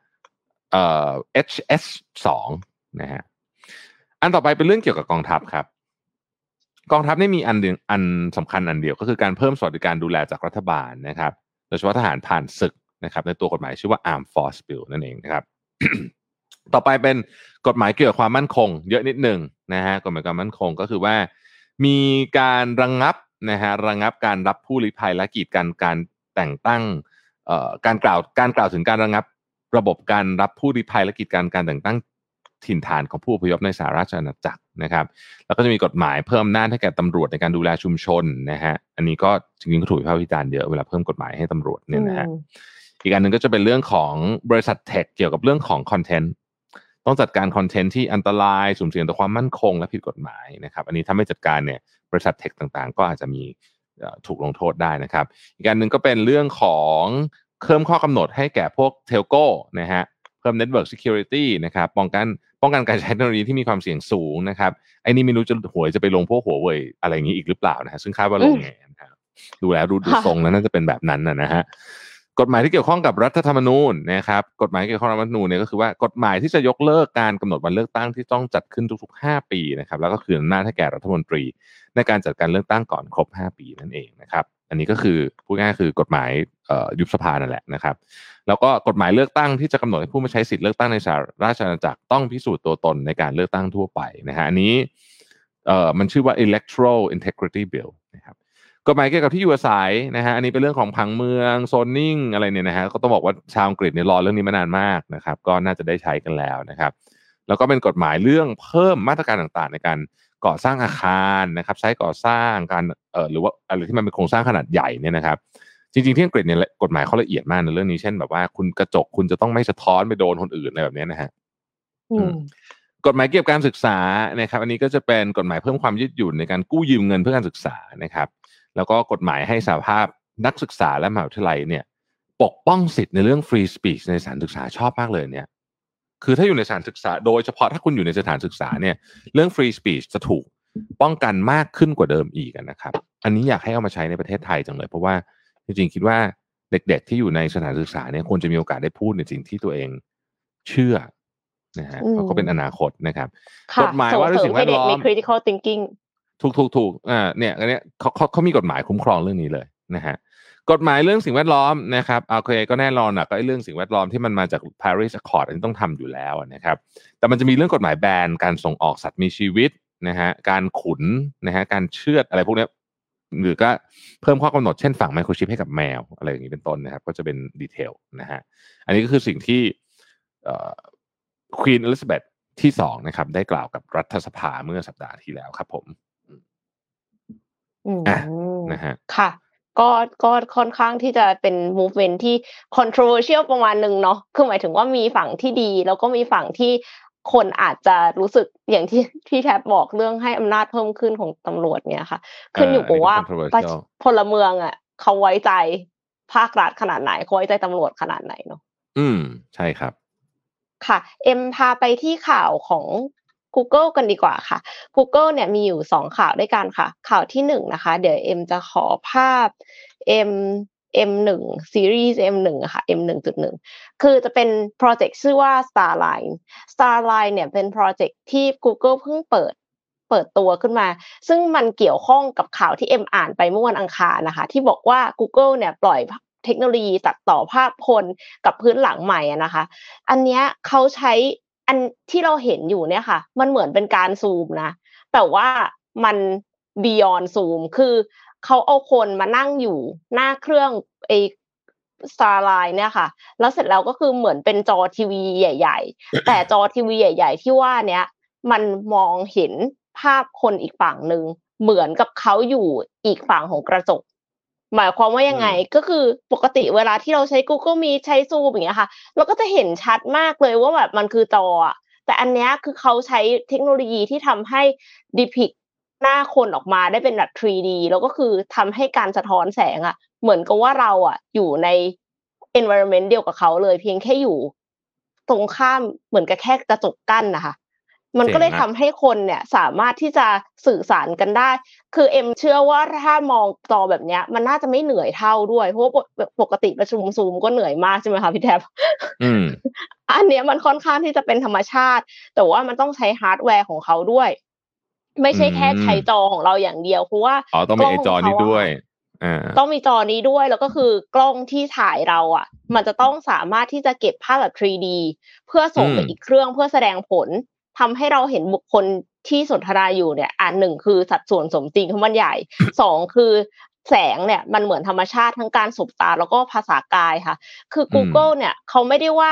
HS2 นะฮะอันต่อไปเป็นเรื่องเกี่ยวกับกองทัพครับกองทัพนี่มีอันสำคัญอันเดียวก็คือการเพิ่มสวัสดิการดูแลจากรัฐบาลนะครับโดยเฉพาะทหารผ่านศึกนะครับในตัวกฎหมายชื่อว่า Armed Force Bill นั่นเองนะครับ ต่อไปเป็นกฎหมายเกี่ยวกับความมั่นคงเยอะนิดหนึ่งนะฮะกฎหมายความมั่นคงก็คือว่ามีการระงับการรับผู้ลี้ภัยและกีดกันการแต่งตั้งการกล่าวถึงการระงับระบบการรับผู้ลี้ภัยและกีดกันการแต่งตั้งถิ่นฐานของผู้อพยพในสหราชอาณาจักรนะครับแล้วก็จะมีกฎหมายเพิ่มอำนาจให้แก่ตำรวจในการดูแลชุมชนนะฮะอันนี้ก็จริงๆก็ถูกวิพากษ์วิจารณ์เยอะเวลาเพิ่มกฎหมายให้ตำรวจเนี่ยนะฮะอีกอันนึงก็จะเป็นเรื่องของบริษัทเทคเกี่ยวกับเรื่องของคอนเทนต์ต้องจัดการคอนเทนต์ที่อันตรายสุ่มเสี่ยงต่อความมั่นคงและผิดกฎหมายนะครับอันนี้ถ้าไม่จัดการเนี่ยบริษัทเทคต่างๆก็อาจจะมีถูกลงโทษได้นะครับอีกอันนึงก็เป็นเรื่องของเพิ่มข้อกำหนดให้แก่พวกเทลโก้นะฮะเพิ่ม Network Security นะครับป้องกันการใช้เทคโนโลยีที่มีความเสี่ยงสูงนะครับไอ้นี่ไม่รู้จะไปลงพวกหัวเว่ยอะไรอย่างนี้อีกหรือเปล่านะฮะซึ่งคาดว่าลงแน่นะครับดูทรงแล้วน่าจะเป็นแบบนั้นนะฮะกฎหมายที่เกี่ยวข้องกับรัฐธรรมนูญนะครับกฎหมายเกี่ยวข้องกับรัฐธรรมนูญเนี่ยก็คือว่ากฎหมายที่จะยกเลิกการกำหนดวันเลือกตั้งที่ต้องจัดขึ้นทุกๆ5ปีนะครับแล้วก็คืนอำนาจให้แก่รัฐมนตรีในการจัดการเลือกตั้งก่อนครบ5ปีนั่นเองนะครับอันนี้ก็คือพูดง่ายๆคือกฎหมายยุบสภานั่นแหละนะครับแล้วก็กฎหมายเลือกตั้งที่จะกำหนดให้ผู้มาใช้สิทธิ์เลือกตั้งในสหราชอาณาจักรต้องพิสูจน์ตัวตนในการเลือกตั้งทั่วไปนะฮะอันนี้มันชื่อว่า Electoral Integrity Bill นะครับกฎหมายเกี่ยวกับที่อยู่อาศัยนะฮะอันนี้เป็นเรื่องของผังเมืองโซนนิ่งอะไรเนี่ยนะฮะก็ต้องบอกว่าชาวอังกฤษเนี่ยรอเรื่องนี้มานานมากนะครับก็น่าจะได้ใช้กันแล้วนะครับแล้วก็เป็นกฎหมายเรื่องเพิ่มมาตรการต่างๆในการก่อสร้างอาคารนะครับใช้ก่อสร้างการหรือว่าอะไรที่มันเป็นโครงสร้างขนาดใหญ่เนี่ยนะครับจริงๆที่อังกฤษเนี่ยกฎหมายเขาละเอียดมากในเรื่องนี้เช่นแบบว่าคุณกระจกคุณจะต้องไม่สะท้อนไปโดนคนอื่นอะไรแบบนี้นะฮะกฎหมายเกี่ยวกับการศึกษานะครับอันนี้ก็จะเป็นกฎหมายเพิ่มความยืดหยุ่นในการกู้ยืมเงินเพื่อการศึกษานะครับแล้วก็กฎหมายให้สหภาพนักศึกษาและมหาวิทยาลัยเนี่ยปกป้องสิทธิ์ในเรื่องฟรีสปีชในสถานศึกษาชอบมากเลยเนี่ยคือถ้าอยู่ในสถานศึกษาโดยเฉพาะถ้าคุณอยู่ในสถานศึกษาเนี่ยเรื่องฟรีสปีชจะถูกป้องกันมากขึ้นกว่าเดิมอีกนะครับอันนี้อยากให้เอามาใช้ในประเทศไทยจังเลยเพราะว่าจริงๆคิดว่าเด็กๆที่อยู่ในสถานศึกษาเนี่ยควรจะมีโอกาสได้พูดในสิ่งที่ตัวเองเชื่อนะฮะเพราะเขาเป็นอนาคตนะครับกฎหมายว่าด้วยสิ่งแวดล้อมมี critical thinking ถูกเนี่ยอันเนี้ยเขามีกฎหมายคุ้มครองเรื่องนี้เลยนะฮะกฎหมายเรื่องสิ่งแวดล้อมนะครับโอเคก็แน่นอนก็ไอ้เรื่องสิ่งแวดล้อมที่มันมาจาก Paris Accord อันนี้ต้องทำอยู่แล้วนะครับแต่มันจะมีเรื่องกฎหมายแบนการส่งออกสัตว์มีชีวิตนะฮะการขุนนะฮะการเชือดอะไรพวกนี้หรือก็เพิ่มข้อกำหนดเช่นฝังไมโครชิปให้กับแมวอะไรอย่างนี้เป็นต้นนะครับก็จะเป็นดีเทลนะฮะอันนี้ก็คือสิ่งที่Queen Elizabeth ที่2นะครับได้กล่าวกับรัฐสภาเมื่อสัปดาห์ที่แล้วครับผมนะฮะค่ะก็ค่อนข้างที่จะเป็น movement ที่ controversial ประมาณนึงเนาะคือหมายถึงว่ามีฝั่งที่ดีแล้วก็มีฝั่งที่คนอาจจะรู้สึกอย่างที่พี่แทบบอกเรื่องให้อำนาจเพิ่มขึ้นของตำรวจเนี่ยค่ะขึ้นอยู่กับว่าพลเมืองอ่ะเขาไว้ใจภาครัฐขนาดไหนเขาไว้ใจตำรวจขนาดไหนเนาะใช่ครับค่ะเอ็มพาไปที่ข่าวของGoogle กันดีกว่าค่ะ Google เนี่ยมีอยู่2ข่าวด้วยกันค่ะข่าวที่1นะคะเดี๋ยวเอ็มจะขอภาพ M1 Series M1 อะค่ะ M1.1 คือจะเป็นโปรเจกต์ชื่อว่า Starline เนี่ยเป็นโปรเจกต์ที่ Google เพิ่งเปิดตัวขึ้นมาซึ่งมันเกี่ยวข้องกับข่าวที่เอ็มอ่านไปเมื่อวันอังคารนะคะที่บอกว่า Google เนี่ยปล่อยเทคโนโลยีตัดต่อภาพคนกับพื้นหลังใหม่นะคะอันเนี้ยเขาใช้อันที่เราเห็นอยู่เนี่ยค่ะมันเหมือนเป็นการซูมนะแต่ว่ามัน beyond ซูมคือเขาเอาคนมานั่งอยู่หน้าเครื่องStarline เนี่ยค่ะแล้วเสร็จแล้วก็คือเหมือนเป็นจอทีวีใหญ่ๆแต่จอทีวีใหญ่ๆที่ว่าเนี้ยมันมองเห็นภาพคนอีกฝั่งนึงเหมือนกับเขาอยู่อีกฝั่งของกระจกหมายความว่ายังไงก็คือปกติเวลาที่เราใช้ Google Meet ใช้ Zoom อย่างเงี้ยค่ะเราก็จะเห็นชัดมากเลยว่าแบบมันคือจออ่ะแต่อันเนี้ยคือเขาใช้เทคโนโลยีที่ทำให้ depict หน้าคนออกมาได้เป็นแบบ 3D แล้วก็คือทำให้การสะท้อนแสงอ่ะเหมือนกับว่าเราอ่ะอยู่ใน environment เดียวกับเขาเลยเพียงแค่อยู่ตรงข้ามเหมือนกับแค่กระจกกั้นนะคะมันก็เลยทำให้คนเนี่ยสามารถที่จะสื่อสารกันได้คือเอ็มเชื่อว่าถ้ามองจอแบบเนี้ยมันน่าจะไม่เหนื่อยเท่าด้วยเพราะว่าปกติประชุมซูมก็เหนื่อยมากใช่ไหมคะพี่แทบอันเนี้ยมันค่อนข้างที่จะเป็นธรรมชาติแต่ว่ามันต้องใช้ฮาร์ดแวร์ของเขาด้วยไม่ใช่แค่ใช้จอของเราอย่างเดียวเพราะว่าต้องมีจอนี้ด้วยต้องมีจอนี้ด้วยแล้วก็คือกล้องที่ถ่ายเราอ่ะมันจะต้องสามารถที่จะเก็บภาพแบบ 3D เพื่อส่งไปอีกเครื่องเพื่อแสดงผลทำให้เราเห็นบุคคลที่สนทนาอยู่เนี่ย1คือสัดส่วนสมจริงของมันใหญ่2คือแสงเนี่ยมันเหมือนธรรมชาติทั้งการสบตาแล้วก็ภาษากายค่ะคือ Google เนี่ยเขาไม่ได้ว่า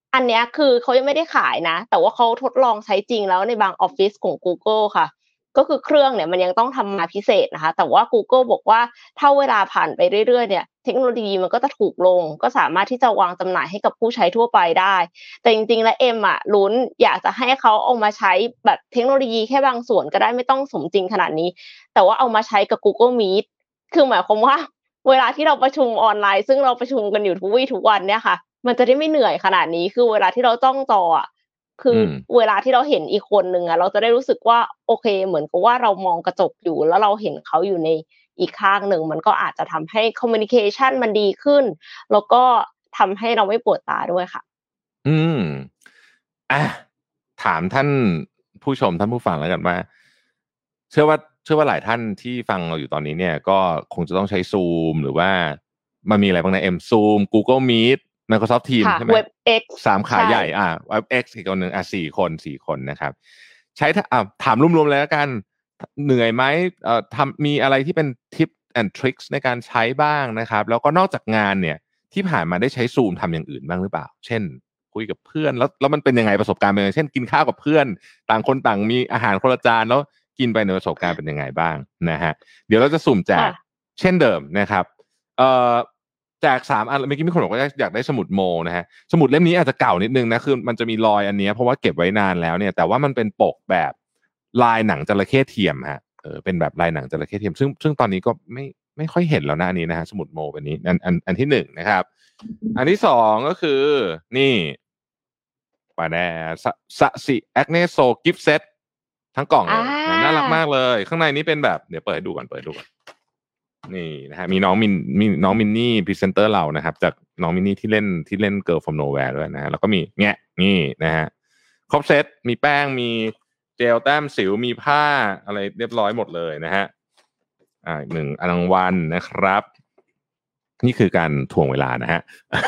อันเนี้ยคือเขายังไม่ได้ขายนะแต่ว่าเขาทดลองใช้จริงแล้วในบางออฟฟิศของ Google ค่ะก็คือเครื่องเนี่ยมันยังต้องทำมาพิเศษนะคะแต่ว่า Google บอกว่าถ้าเวลาผ่านไปเรื่อยๆเนี่ยเทคโนโลยีมันก็จะถูกลงก็สามารถที่จะวางจำหน่ายให้กับผู้ใช้ทั่วไปได้แต่จริงๆแล้วลุ้นอยากจะให้เขาเอามาใช้แบบเทคโนโลยีแค่บางส่วนก็ได้ไม่ต้องสมจริงขนาดนี้แต่ว่าเอามาใช้กับ Google Meet คือหมายความว่าเวลาที่เราประชุมออนไลน์ซึ่งเราประชุมกันอยู่ทุกวี่ทุกวันเนี่ยค่ะมันจะได้ไม่เหนื่อยขนาดนี้คือเวลาที่เราจ้องจออ่ะคือเวลาที่เราเห็นอีกคนนึงอ่ะเราจะได้รู้สึกว่าโอเคเหมือนกับว่าเรามองกระจกอยู่แล้วเราเห็นเขาอยู่ในอีกข้างหนึ่งมันก็อาจจะทำให้คอมมิวนิเคชันมันดีขึ้นแล้วก็ทำให้เราไม่ปวดตาด้วยค่ะอ่ะถามท่านผู้ชมท่านผู้ฟังแล้วกันว่าเชื่อว่าหลายท่านที่ฟังเราอยู่ตอนนี้เนี่ยก็คงจะต้องใช้ Zoom หรือว่ามันมีอะไรบ้างนะZoom Google Meet Microsoft Teams ใช่ไหม WebEx 3 ขาใหญ่WebEx อีกคนหนึ่ง4 คนนะครับใช้ถามรวมๆเลยแล้วกันเหนื่อยไหมมีอะไรที่เป็น Tip and Tricks ในการใช้บ้างนะครับแล้วก็นอกจากงานเนี่ยที่ผ่านมาได้ใช้ Zoom ทำอย่างอื่นบ้างหรือเปล่าเช่นคุยกับเพื่อนแล้วมันเป็นยังไงประสบการณ์เป็นยังไงเช่นกินข้าวกับเพื่อนต่างคนต่างมีอาหารคนละจานแล้วกินไปในประสบการณ์เป็นยังไงบ้างนะฮะเดี๋ยวเราจะสุ่มแจกเช่นเดิมนะครับแจก3 อันเมื่อกี้มีคนบอกว่าอยากได้สมุดโมนะฮะสมุดเล่มนี้อาจจะเก่านิดนึงนะคือมันจะมีรอยอันนี้เพราะว่าเก็บไว้นานแล้วเนี่ยแต่ว่ามันเป็นปกแบบลายหนังจระเข้เทียมฮะเป็นแบบลายหนังจระเข้เทียมซึ่งตอนนี้ก็ไม่ค่อยเห็นแล้วนะอันนี้นะฮะสมุดโมเป็นนี้อันที่1นะครับอันที่2ก็คือนี่ป่าแน่สสิแอคเนโซกิฟต์เซตทั้งกล่องเลยน่ารักมากเลยข้างในนี้เป็นแบบเดี๋ยวเปิดดูก่อนนี่นะฮะมีน้องมินนี่พรีเซนเตอร์เรานะครับจากน้องมินนี่ที่เล่นเกิร์ลฟอร์มโนแวร์ด้วยนะฮะแล้วก็มีแงะนี่นะฮะครบเซตมีแป้งมีเจลแต้มสิวมีผ้าอะไรเรียบร้อยหมดเลยนะฮะ1 รางวัลนะครับนี่คือการถ่วงเวลานะฮะ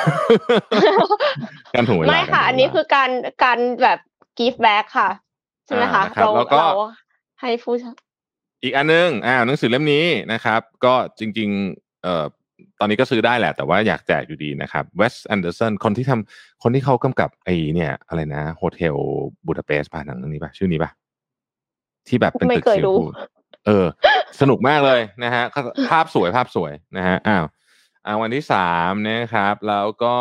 การถ่วงเวลาไม่ค่ะอันนี้คือการแบบ give back ค่ะใช่ไหมคะเราให้ผู้อีกอันนึงหนังสือเล่มนี้นะครับก็จริงๆตอนนี้ก็ซื้อได้แหละแต่ว่าอยากแจกอยู่ดีนะครับ Wes Anderson คนที่เขากำกับไอ้เนี่ยอะไรนะโฮเทลบูดาเปสต์ป่ะหนังเรื่องนี้ป่ะชื่อนี้ป่ะที่แบบเป็นตึกสีสนุกมากเลยนะฮะภาพสวยนะฮะวันที่3นะครับแล้วก็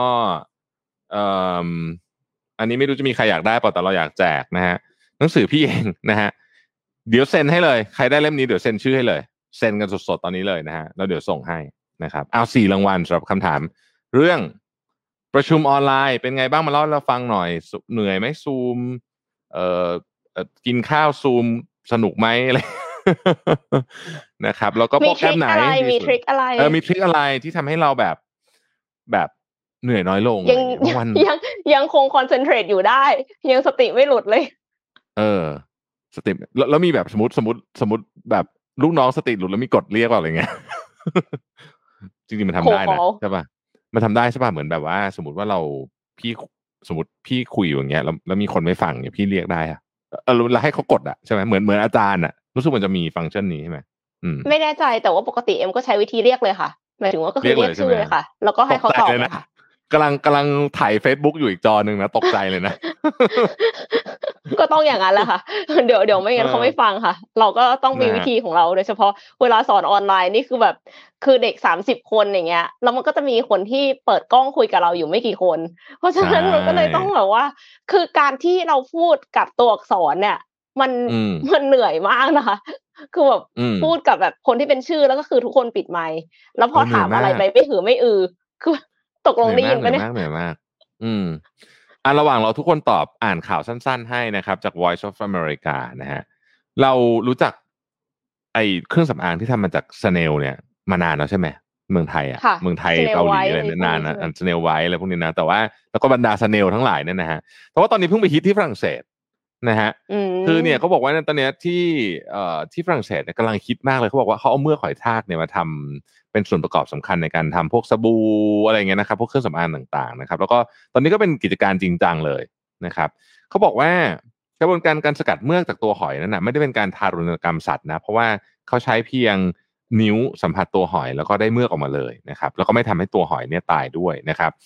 อันนี้ไม่รู้จะมีใครอยากได้เปล่าแต่เราอยากแจกนะฮะหนังสือพี่เองนะฮะเดี๋ยวเซ็นให้เลยใครได้เล่มนี้เดี๋ยวเซ็นชื่อให้เลยเซ็นกันสดๆตอนนี้เลยนะฮะแล้วเดี๋ยวส่งให้นะครับ4 รางวัลสำหรับคำถามเรื่องประชุมออนไลน์เป็นไงบ้างมาเล่าให้เราฟังหน่อยเหนื่อยไหมซูมกินข้าวซูมสนุกไหมอะไรนะครับแล้วก็โปรแกรมไหนมีทริคอะไรมีทริคอะไรที่ทำให้เราแบบเหนื่อยน้อยลงยังคงคอนเซนเทรตอยู่ได้ยังสติไม่หลุดเลยสติแล้วมีแบบสมมติแบบลูกน้องสติหลุดแล้วมีกดเรียกว่าอะไรเงี้ยจริงๆมันทำได้นะใช่ป่ะมันทำได้ใช่ป่ะเหมือนแบบว่าสมมติว่าสมมติพี่คุยอย่างเงี้ยแล้วมีคนไม่ฟังเนี่ยพี่เรียกได้อะแล้วให้เขากดอะใช่ไหมเหมือนอาจารย์อะรู้สึกมันจะมีฟังก์ชันนี้ใช่ไหมไม่แน่ใจแต่ว่าปกติเอ็มก็ใช้วิธีเรียกเลยค่ะหมายถึงว่าก็คือเรียกชื่อเลยค่ะแล้วก็ให้เขาตอบเลยค่ะกำลังถ่าย Facebook อยู่อีกจอนึงนะตกใจเลยนะก็ต้องอย่างนั้นแหละค่ะเดี๋ยวไม่งั้นเขาไม่ฟังค่ะเราก็ต้องมีวิธีของเราโดยเฉพาะเวลาสอนออนไลน์นี่คือแบบคือเด็ก30 คนอย่างเงี้ยแล้วมันก็จะมีคนที่เปิดกล้องคุยกับเราอยู่ไม่กี่คนเพราะฉะนั้นมันก็เลยต้องแบบว่าคือการที่เราพูดกับตัวอักษรเนี่ยมันเหนื่อยมากนะคะคือแบบพูดกับแบบคนที่เป็นชื่อแล้วก็คือทุกคนปิดไมค์แล้วพอถามอะไรไปไม่หือไม่คือตกลงได้ยินไหมเนี่ยเหนื่อยมากระหว่างเราทุกคนตอบอ่านข่าวสั้นๆให้นะครับจาก Voice of America นะฮะเรารู้จักไอ้เครื่องสำอางที่ทำมาจากสเนลเนี่ยมานานแล้วใช่ไหมเมืองไทยเมืองไทยเกาหลีอะไรนานนะสเนลไวท์อะไรพวกนี้นะแต่ว่าแล้วก็บรรดาสเนลทั้งหลายเนี่ยนะฮะแต่ว่าตอนนี้เพิ่งไปฮิตที่ฝรั่งเศสนะฮะคือเนี่ยเขาบอกว่าตอนนี้ที่ฝรั่งเศสกำลังคิดมากเลยเขาบอกว่าเขาเอาเมือกหอยทากเนี่ยมาทำเป็นส่วนประกอบสำคัญในการทำพวกสบู่อะไรเงี้ยนะครับพวกเครื่องสำอางต่างๆนะครับแล้วก็ตอนนี้ก็เป็นกิจการจริงจังเลยนะครับเขาบอกว่ากระบวนการสกัดเมือกจากตัวหอยนั้นนะไม่ได้เป็นการทารุณกรรมสัตว์นะเพราะว่าเขาใช้เพียงนิ้วสัมผัสตัวหอยแล้วก็ได้เมือกออกมาเลยนะครับแล้วก็ไม่ทำให้ตัวหอยเนี่ยตายด้วยนะครับ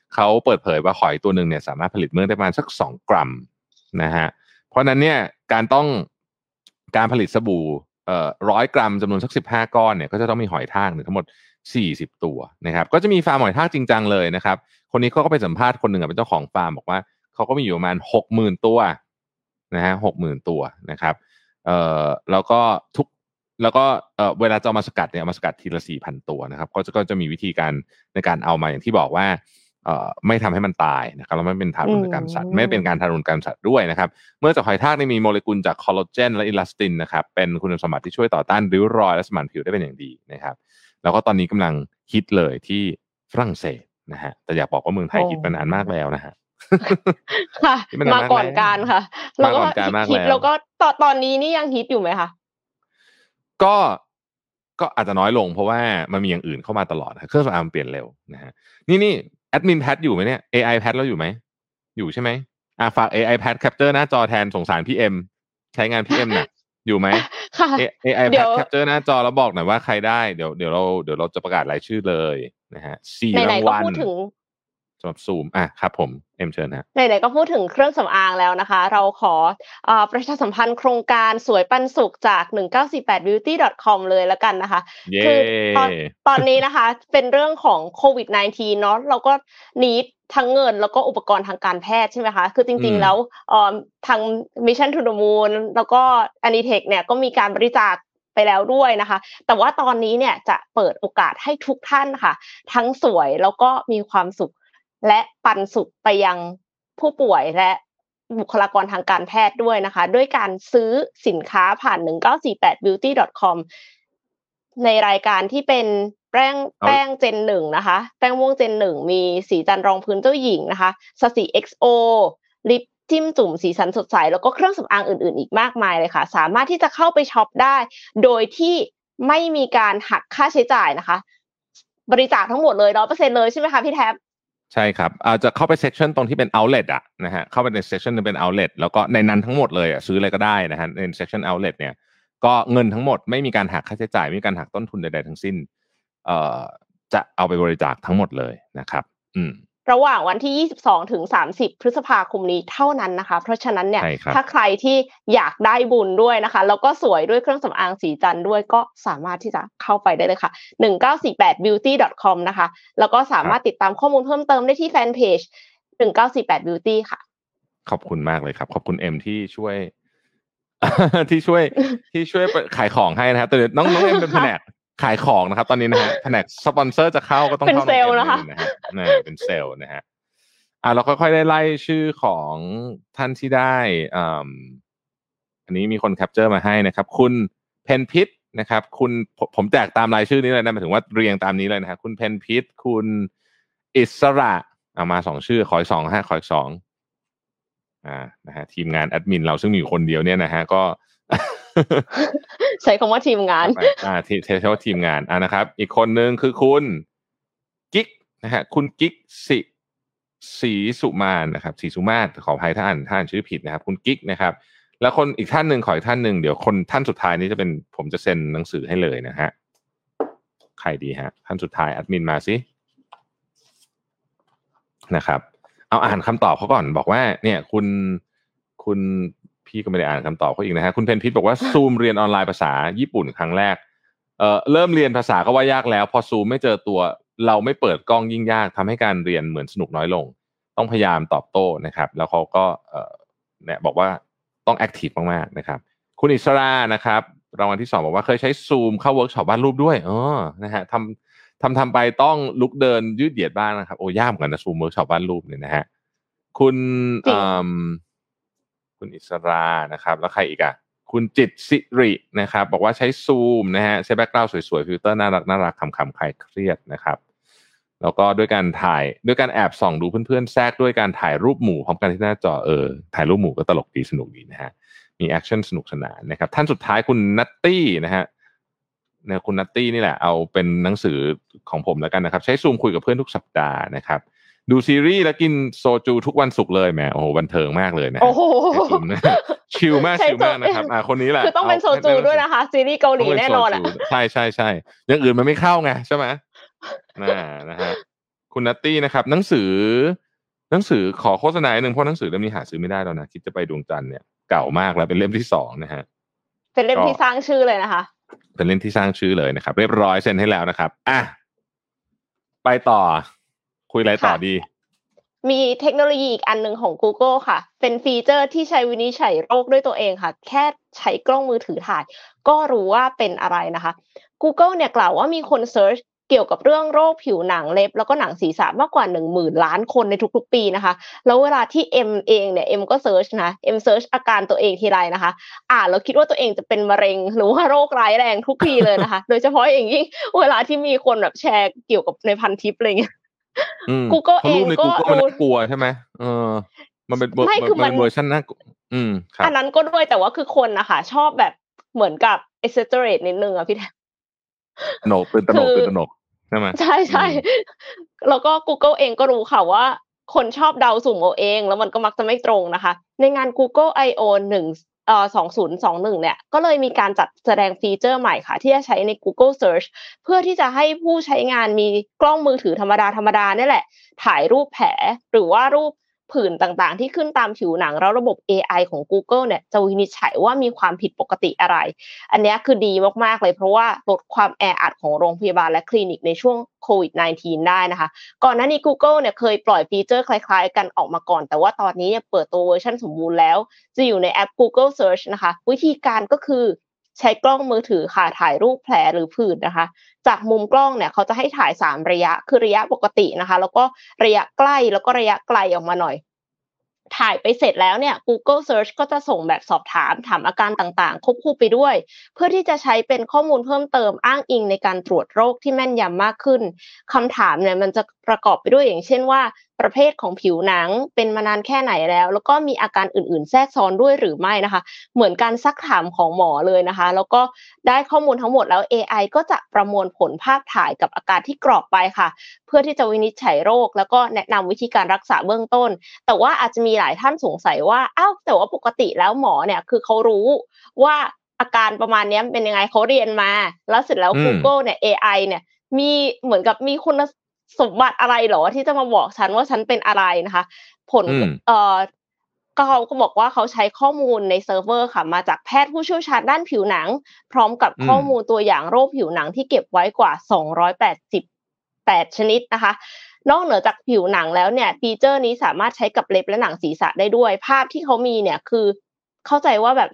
เขาเปิดเผยว่าหอยตัวนึงเนี่ยสามารถผลิตเมือกได้ประมาณสัก2 กรัมนะฮะเพราะนั้นเนี่ยการผลิตสบู่100 กรัมจำนวนสัก15 ก้อนเนี่ยก็จะต้องมีหอยทากทั้งหมด40 ตัวนะครับก็จะมีฟาร์มหอยทากจริงจังเลยนะครับคนนี้เขาก็ไปสัมภาษณ์คนหนึ่งเป็นเจ้าของฟาร์มบอกว่าเขาก็มีอยู่ประมาณ 60,000 ตัวนะฮะ 60,000 ตัวนะครับแล้วก็เวลาจะเอามาสกัดเนี่ยมาสกัดทีละ 4,000 ตัวนะครับก็จะมีวิธีการในการเอามาอย่างที่บอกว่าไม่ทำให้มันตายนะครับแล้วไม่เป็นทารุณกรรมสัตว์ไม่เป็นการทารุณกรรมสัตว์ด้วยนะครับเมื่อจากหอยทากมีโมเลกุลจากคอลลาเจนและอิลาสตินนะครับเป็นคุณสมบัติที่ช่วยต่อต้านริ้วรอยและสมานผิวได้เป็นอย่างดีนะครับแล้วก็ตอนนี้กำลังฮิตเลยที่ฝรั่งเศสนะฮะแต่อยากบอกว่าเมืองไทยฮิตมานานมากแล้วนะฮะค่ะมาก่อนการค่ะแล้วก็ฮิตแล้วก็ตอนนี้นี่ยังฮิตอยู่ไหมคะก็อาจจะน้อยลงเพราะว่ามันมีอย่างอื่นเข้ามาตลอดเครื่องสำอางเปลี่ยนเร็วนะฮะนี่แอดมินแพทอยู่ไหมเนี่ย AI แพทแล้วอยู่ไหมอยู่ใช่ไหมฝาก AI แพทแคปเจอร์หน้าจอแทนสงสารพี่เอ็มใช้งานพี่เอ็มน่ะอยู่ไหม AI แพทแคปเจอร์หน้าจอแล้วบอกหน่อยว่าใครได้เดี๋ยวเราจะประกาศรายชื่อเลยนะฮะ4 รางวัลสำหรับซูมครับผมเอ็มเชิญนะไหนๆก็พูดถึงเครื่องสำอางแล้วนะคะเราขอประชาสัมพันธ์โครงการสวยปันสุขจาก 1948beauty.com เลยแล้วกันนะคะคือตอนนี้นะคะเป็นเรื่องของโควิด -19 เนาะเราก็นีดทั้งเงินแล้วก็อุปกรณ์ทางการแพทย์ใช่ไหมคะคือจริงๆแล้วทาง Mission to the Moon แล้วก็ Anitech เนี่ยก็มีการบริจาคไปแล้วด้วยนะคะแต่ว่าตอนนี้เนี่ยจะเปิดโอกาสให้ทุกท่านค่ะทั้งสวยแล้วก็มีความสุขและปันสุขไปยังผู้ป่วยและบุคลากรทางการแพทย์ด้วยนะคะด้วยการซื้อสินค้าผ่าน 1948beauty.com ในรายการที่เป็นแป้งเจน1นะคะแป้งม่วงเจน1มีสีจันทร์รองพื้นเจ้าหญิงนะคะสสี XO ลิปจิ้มจุ่มสีสันสดใสแล้วก็เครื่องสำอางอื่นๆอีกมากมายเลยค่ะสามารถที่จะเข้าไปช็อปได้โดยที่ไม่มีการหักค่าใช้จ่ายนะคะบริจาคทั้งหมดเลย 100% เลยใช่ไหมคะพี่แท็บใช่ครับจะเข้าไปเซกชันตรงที่เป็น outlet นะฮะเข้าไปในเซกชันนึงเป็น outlet แล้วก็ในนั้นทั้งหมดเลยซื้ออะไรก็ได้นะฮะในเซกชัน outlet เนี่ยก็เงินทั้งหมดไม่มีการหักค่าใช้จ่ายไม่มีการหักต้นทุนใดๆทั้งสิ้นจะเอาไปบริจาคทั้งหมดเลยนะครับระหว่างวันที่22ถึง30พฤษภาคมนี้เท่านั้นนะคะเพราะฉะนั้นเนี่ยถ้าใครที่อยากได้บุญด้วยนะคะแล้วก็สวยด้วยเครื่องสำอางสีจันทร์ด้วยก็สามารถที่จะเข้าไปได้เลยค่ะ 1948beauty.com นะคะแล้วก็สามารถติดตามข้อมูลเพิ่มเติมได้ที่แฟนเพจ1948beauty ค่ะขอบคุณมากเลยครับขอบคุณเอ็มที่ช่วยขายของให้นะครับแต่น้องเอ็มเป็นแผนกขายของนะครับตอนนี้นะฮะแผนกสปอนเซอร์จะเข้าก็ต้องเข้าเป็นเซลล์นะคะเป็นเซลล์นะฮะเราค่อยๆได้ไล่ชื่อของท่านที่ได้อันนี้มีคนแคปเจอร์มาให้นะครับคุณเพนพิษนะครับคุณผมแจกตามรายชื่อนี้เลยนะหมายถึงว่าเรียงตามนี้เลยนะครับคุณเพนพิษคุณอิสระมา2ชื่อขออีก2ฮะขออีก2นะฮะทีมงานแอดมินเราซึ่งมีอยู่คนเดียวเนี่ยนะฮะก็ใช้คำว่าทีมงานใช้ว่าทีมงานนะครับอีกคนนึงคือคุณกิ๊กนะฮะคุณกิ๊กสีสุมานนะครับสีสุมาศขออภัยถ้าอ่านชื่อผิดนะครับคุณกิ๊กนะครับแล้วคนอีกท่านนึงขออีกท่านนึงเดี๋ยวคนท่านสุดท้ายนี้จะเป็นผมจะเซ็นหนังสือให้เลยนะฮะใครดีฮะท่านสุดท้ายแอดมินมาสินะครับเอาอ่านคำตอบเขาก่อนบอกว่าเนี่ยคุณพี่ก็ไม่ได้อ่านคำตอบเขาอีกนะฮะคุณเพนพิษบอกว่าซูมเรียนออนไลน์ภาษาญี่ปุ่นครั้งแรกเริ่มเรียนภาษาก็ว่ายากแล้วพอซูมไม่เจอตัวเราไม่เปิดกล้องยิ่งยากทำให้การเรียนเหมือนสนุกน้อยลงต้องพยายามตอบโต้นะครับแล้วเขาก็เนี่ยบอกว่าต้องแอคทีฟมากๆนะครับคุณอิสรานะครับรางวัลที่2บอกว่าเคยใช้ซูมเข้าเวิร์กช็อปวาดรูปด้วยนะฮะทำไปต้องลุกเดินยืดเหยียดบ้างนะครับโอ้ยากเหมือนกันนะซูมเวิร์กช็อปวาดรูปเนี่ยนะฮะคุณอิสรานะครับแล้วใครอีกคุณจิตสิรินะครับบอกว่าใช้ซูมนะฮะใช้แบ็คกราวด์สวยๆฟิลเตอร์น่ารักขำๆคลายเครียดนะครับแล้วก็ด้วยการแอบส่องดูเพื่อนๆแทรกด้วยการถ่ายรูปหมู่พร้อมกันที่หน้าจอถ่ายรูปหมู่ก็ตลกดีสนุกดีนะฮะมีแอคชั่นสนุกสนานนะครับท่านสุดท้ายคุณนัตตี้นะฮะเนี่ยคุณนัตตี้นี่แหละเอาเป็นหนังสือของผมแล้วกันนะครับใช้ซูมคุยกับเพื่อนทุกสัปดาห์นะครับดูซีรีส์แล้วกินโซจูทุกวันศุกร์เลยแหมโอ้โหบันเทิงมากเลยนะชิลมากนะครับคนนี้แหละคือต้องเป็นโซจูด้วยนะคะซีรีส์เกาหลีแน่นอนใช่อย่างอื่นมันไม่เข้าไงใช่ไหมนะฮะคุณนัตตี้นะครับหนังสือขอโฆษณาหนึ่งเพราะหนังสือเล่มนี้หาซื้อไม่ได้แล้วนะคิดจะไปดวงจันทร์เนี่ยเก่ามากแล้วเป็นเล่มที่2นะฮะเป็นเล่มที่สร้างชื่อเลยนะคะเป็นเล่มที่สร้างชื่อเลยนะครับเรียบร้อยเซ็นให้แล้วนะครับไปต่อคุยอะไรต่อดีมีเทคโนโลยีอีกอันหนึ่งของ Google ค่ะเป็นฟีเจอร์ที่ใช้วินิจฉัยโรคด้วยตัวเองค่ะแค่ใช้กล้องมือถือถ่ายก็รู้ว่าเป็นอะไรนะคะ Google เนี่ยกล่าวว่ามีคนเซิร์ชเกี่ยวกับเรื่องโรคผิวหนังเล็บแล้วก็หนังศีรษะมากกว่า 10,000 ล้านคนในทุกๆปีนะคะแล้วเวลาที่เอ็มเองเนี่ยเอ็มก็เซิร์ชนะเอ็มเซิร์ชอาการตัวเองทีไรนะคะแล้วคิดว่าตัวเองจะเป็นมะเร็งหรือว่าโรคร้ายแรงทุกทีเลยนะคะโดยเฉพาะอย่างยิ่งเวลาที่มีคนแบบแชร์เกี่ยวกับในพันทิปอะไรเงี้ยGoogle เองก็มันน่ากลัวใช่ไหมมันเป็นเวอร์ชันน่ากลัวอันนั้นก็ด้วยแต่ว่าคือคนนะคะชอบแบบเหมือนกับ exaggerate นิดนึงอ่ะพี่แทนตื่นตระหนกใช่ไหมใช่แล้วก็ Google เองก็รู้ค่ะว่าคนชอบเดาสุ่มเอาเองแล้วมันก็มักจะไม่ตรงนะคะในงาน Google I/O 2021เนี่ยก็เลยมีการจัดแสดงฟีเจอร์ใหม่ค่ะที่จะใช้ใน Google Search เพื่อที่จะให้ผู้ใช้งานมีกล้องมือถือธรรมดานี่แหละถ่ายรูปแผลหรือว่ารูปผื่นต่างๆที่ขึ้นตามผิวหนังแล้วระบบ AI ของ Google เนี่ยจะวินิจฉัยว่ามีความผิดปกติอะไรอันนี้คือดีมากๆเลยเพราะว่าลดความแออัดของโรงพยาบาลและคลินิกในช่วงโควิด -19 ได้นะคะก่อนหน้านี้ Google เนี่ยเคยปล่อยฟีเจอร์คล้ายๆกันออกมาก่อนแต่ว่าตอนนี้เปิดตัวเวอร์ชันสมบูรณ์แล้วจะอยู่ในแอป Google Search นะคะวิธีการก็คือใช้กล้องมือถือค่ะถ่ายรูปแผลหรือผื่นนะคะจากมุมกล้องเนี่ยเขาจะให้ถ่าย3ระยะคือระยะปกตินะคะแล้วก็ระยะใกล้แล้วก็ระยะไกลออกมาหน่อยถ่ายไปเสร็จแล้วเนี่ย Google Search ก็จะส่งแบบสอบถามอาการต่างๆควบคู่ไปด้วยเพื่อที่จะใช้เป็นข้อมูลเพิ่มเติมอ้างอิงในการตรวจโรคที่แม่นยำมากขึ้นคำถามเนี่ยมันจะประกอบไปด้วยอย่างเช่นว่าประเภทของผิวหนังเป็นมานานแค่ไหนแล้วก็มีอาการอื่นๆแทรกซ้อนด้วยหรือไม่นะคะเหมือนการซักถามของหมอเลยนะคะแล้วก็ได้ข้อมูลทั้งหมดแล้ว AI ก็จะประมวลผลภาพถ่ายกับอาการที่กรอกไปค่ะเพื่อที่จะวินิจฉัยโรคแล้วก็แนะนำวิธีการรักษาเบื้องต้นแต่ว่าอาจจะมีหลายท่านสงสัยว่าแต่ว่าปกติแล้วหมอเนี่ยคือเขารู้ว่าอาการประมาณนี้เป็นยังไงเขาเรียนมาแล้วเสร็จแล้ว Google เนี่ย AI เนี่ยมีเหมือนกับมีคุณสมบัติอะไรหรอที่จะมาบอกฉันว่าฉันเป็นอะไรนะคะผลเขาก็บอกว่าเขาใช้ข้อมูลในเซิร์ฟเวอร์ค่ะมาจากแพทย์ผู้เชี่ยวชาญด้านผิวหนังพร้อมกับข้อมูลตัวอย่างโรคผิวหนังที่เก็บไว้กว่า288ชนิดนะคะนอกเหนือจากผิวหนังแล้วเนี่ยฟีเจอร์นี้สามารถใช้กับเล็บและหนังศีรษะได้ด้วยภาพที่เขามีเนี่ยคือเข้าใจว่าแบบ